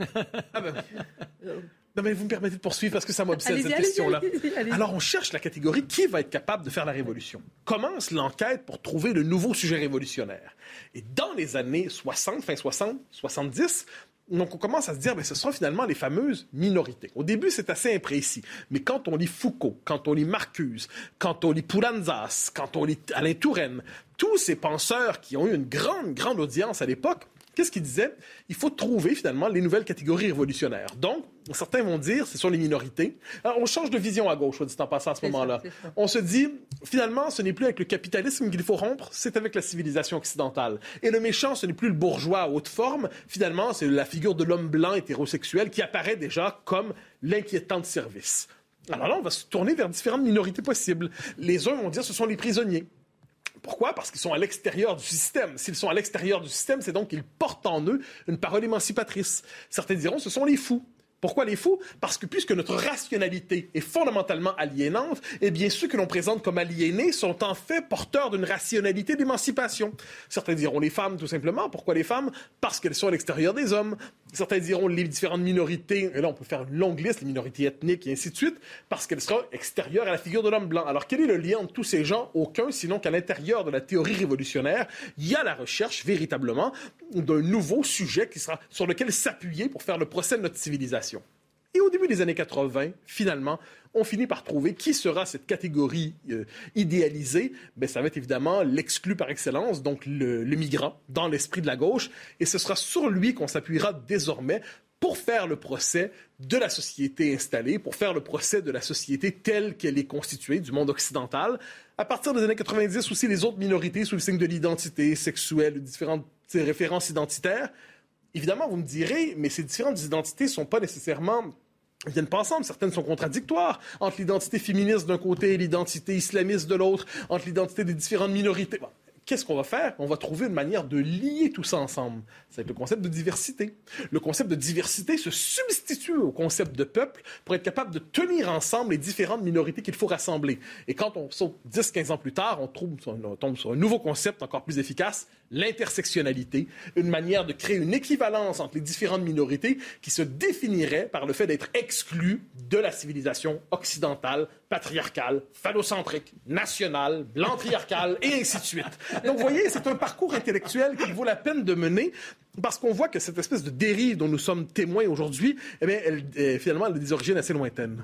ah ben, euh, non mais vous me permettez de poursuivre parce que ça m'obsède allez-y, cette allez-y, question-là. Allez-y, allez-y. Alors on cherche la catégorie qui va être capable de faire la révolution. Commence l'enquête pour trouver le nouveau sujet révolutionnaire. Et dans les années soixante, fin soixante, soixante-dix, donc, on commence à se dire, bien, ce sont finalement les fameuses minorités. Au début, c'est assez imprécis. Mais quand on lit Foucault, quand on lit Marcuse, quand on lit Poulantzas, quand on lit Alain Touraine, tous ces penseurs qui ont eu une grande, grande audience à l'époque, qu'est-ce qu'ils disaient? Il faut trouver, finalement, les nouvelles catégories révolutionnaires. Donc, certains vont dire, ce sont les minorités. Alors, on change de vision à gauche, soit dit en passant à ce c'est moment-là. Ça, ça. On se dit, finalement, ce n'est plus avec le capitalisme qu'il faut rompre, c'est avec la civilisation occidentale. Et le méchant, ce n'est plus le bourgeois à haute forme. Finalement, c'est la figure de l'homme blanc hétérosexuel qui apparaît déjà comme l'inquiétant de service. Alors là, on va se tourner vers différentes minorités possibles. Les uns vont dire, ce sont les prisonniers. Pourquoi? Parce qu'ils sont à l'extérieur du système. S'ils sont à l'extérieur du système, c'est donc qu'ils portent en eux une parole émancipatrice. Certains diront, ce sont les fous. Pourquoi les fous? Parce que puisque notre rationalité est fondamentalement aliénante, eh bien, ceux que l'on présente comme aliénés sont en fait porteurs d'une rationalité d'émancipation. Certains diront les femmes, tout simplement. Pourquoi les femmes? Parce qu'elles sont à l'extérieur des hommes. Certains diront les différentes minorités, et là on peut faire une longue liste, les minorités ethniques et ainsi de suite, parce qu'elles seront extérieures à la figure de l'homme blanc. Alors quel est le lien entre tous ces gens? Aucun, sinon qu'à l'intérieur de la théorie révolutionnaire, il y a la recherche véritablement d'un nouveau sujet qui sera, sur lequel s'appuyer pour faire le procès de notre civilisation. Et au début des années quatre-vingt, finalement, on finit par trouver qui sera cette catégorie euh, idéalisée. Bien, ça va être évidemment l'exclu par excellence, donc le, le migrant, dans l'esprit de la gauche. Et ce sera sur lui qu'on s'appuiera désormais pour faire le procès de la société installée, pour faire le procès de la société telle qu'elle est constituée, du monde occidental. À partir des années quatre-vingt-dix, aussi les autres minorités sous le signe de l'identité sexuelle, différentes références identitaires. Évidemment, vous me direz, mais ces différentes identités ne sont pas nécessairement ne viennent pas ensemble. Certaines sont contradictoires entre l'identité féministe d'un côté et l'identité islamiste de l'autre, entre l'identité des différentes minorités. Bon. Qu'est-ce qu'on va faire? On va trouver une manière de lier tout ça ensemble. C'est le concept de diversité. Le concept de diversité se substitue au concept de peuple pour être capable de tenir ensemble les différentes minorités qu'il faut rassembler. Et quand on saute dix à quinze ans plus tard, on, trouve, on tombe sur un nouveau concept encore plus efficace, l'intersectionnalité, une manière de créer une équivalence entre les différentes minorités qui se définirait par le fait d'être exclues de la civilisation occidentale, patriarcale, phallocentrique, nationale, blanc-triarcale, et ainsi de suite. Donc, vous voyez, c'est un parcours intellectuel qu'il vaut la peine de mener parce qu'on voit que cette espèce de dérive dont nous sommes témoins aujourd'hui, eh bien, elle, elle, finalement, elle a des origines assez lointaines.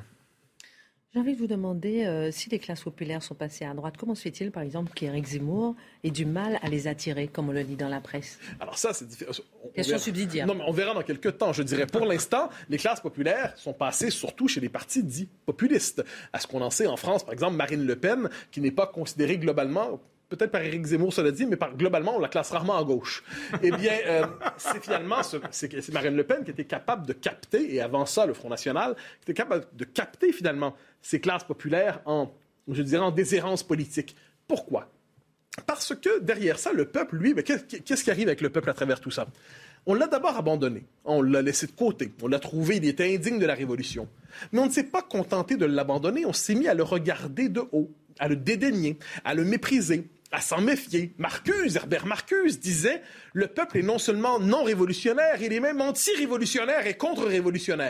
J'ai envie de vous demander euh, si les classes populaires sont passées à droite, comment se fait-il, par exemple, qu'Éric Zemmour ait du mal à les attirer, comme on le lit dans la presse? Alors ça, c'est différent. Question subsidiaire. Non, mais on verra dans quelques temps. Je dirais, pour l'instant, les classes populaires sont passées surtout chez les partis dits populistes. À ce qu'on en sait en France, par exemple, Marine Le Pen, qui n'est pas considérée globalement... peut-être par Éric Zemmour, cela dit, mais par, globalement, on la classe rarement à gauche. Eh bien, euh, c'est finalement ce, c'est, c'est Marine Le Pen qui était capable de capter, et avant ça, le Front National, qui était capable de capter, finalement, ces classes populaires en, je dirais, en déshérence politique. Pourquoi? Parce que, derrière ça, le peuple, lui, ben, qu'est-ce qui arrive avec le peuple à travers tout ça? On l'a d'abord abandonné, on l'a laissé de côté, on l'a trouvé, il était indigne de la Révolution. Mais on ne s'est pas contenté de l'abandonner, on s'est mis à le regarder de haut, à le dédaigner, à le mépriser, à s'en méfier. Marcuse, Herbert Marcuse disait « Le peuple est non seulement non révolutionnaire, il est même anti-révolutionnaire et contre-révolutionnaire. »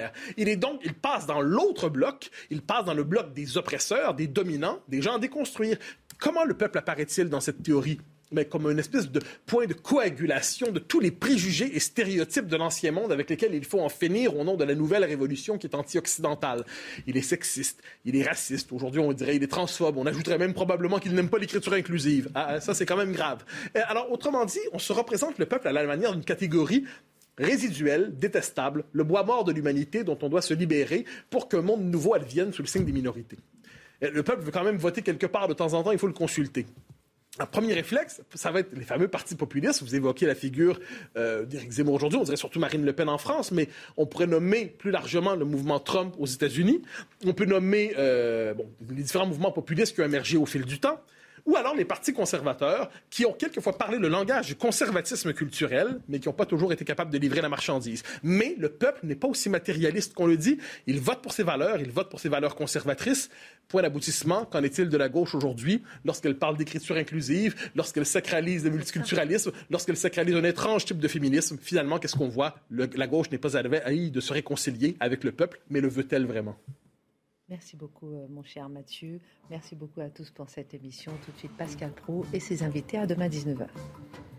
Il est donc, il passe dans l'autre bloc, il passe dans le bloc des oppresseurs, des dominants, des gens à déconstruire. Comment le peuple apparaît-il dans cette théorie? Mais comme une espèce de point de coagulation de tous les préjugés et stéréotypes de l'ancien monde avec lesquels il faut en finir au nom de la nouvelle révolution qui est anti-occidentale. Il est sexiste, il est raciste, aujourd'hui on dirait il est transphobe, on ajouterait même probablement qu'il n'aime pas l'écriture inclusive. Ah, ça c'est quand même grave. Alors autrement dit, on se représente le peuple à la manière d'une catégorie résiduelle, détestable, le bois mort de l'humanité dont on doit se libérer pour qu'un monde nouveau advienne sous le signe des minorités. Le peuple veut quand même voter quelque part de temps en temps, il faut le consulter. Un premier réflexe, ça va être les fameux partis populistes. Vous évoquez la figure euh, d'Éric Zemmour aujourd'hui, on dirait surtout Marine Le Pen en France, mais on pourrait nommer plus largement le mouvement Trump aux États-Unis. On peut nommer euh, bon, les différents mouvements populistes qui ont émergé au fil du temps. Ou alors les partis conservateurs qui ont quelquefois parlé le langage du conservatisme culturel, mais qui n'ont pas toujours été capables de livrer la marchandise. Mais le peuple n'est pas aussi matérialiste qu'on le dit. Il vote pour ses valeurs, il vote pour ses valeurs conservatrices. Point d'aboutissement, qu'en est-il de la gauche aujourd'hui lorsqu'elle parle d'écriture inclusive, lorsqu'elle sacralise le multiculturalisme, lorsqu'elle sacralise un étrange type de féminisme? Finalement, qu'est-ce qu'on voit? Le, la gauche n'est pas à veille de se réconcilier avec le peuple, mais le veut-elle vraiment? Merci beaucoup, mon cher Mathieu. Merci beaucoup à tous pour cette émission. Tout de suite, Pascal Praud et ses invités à demain dix-neuf heures.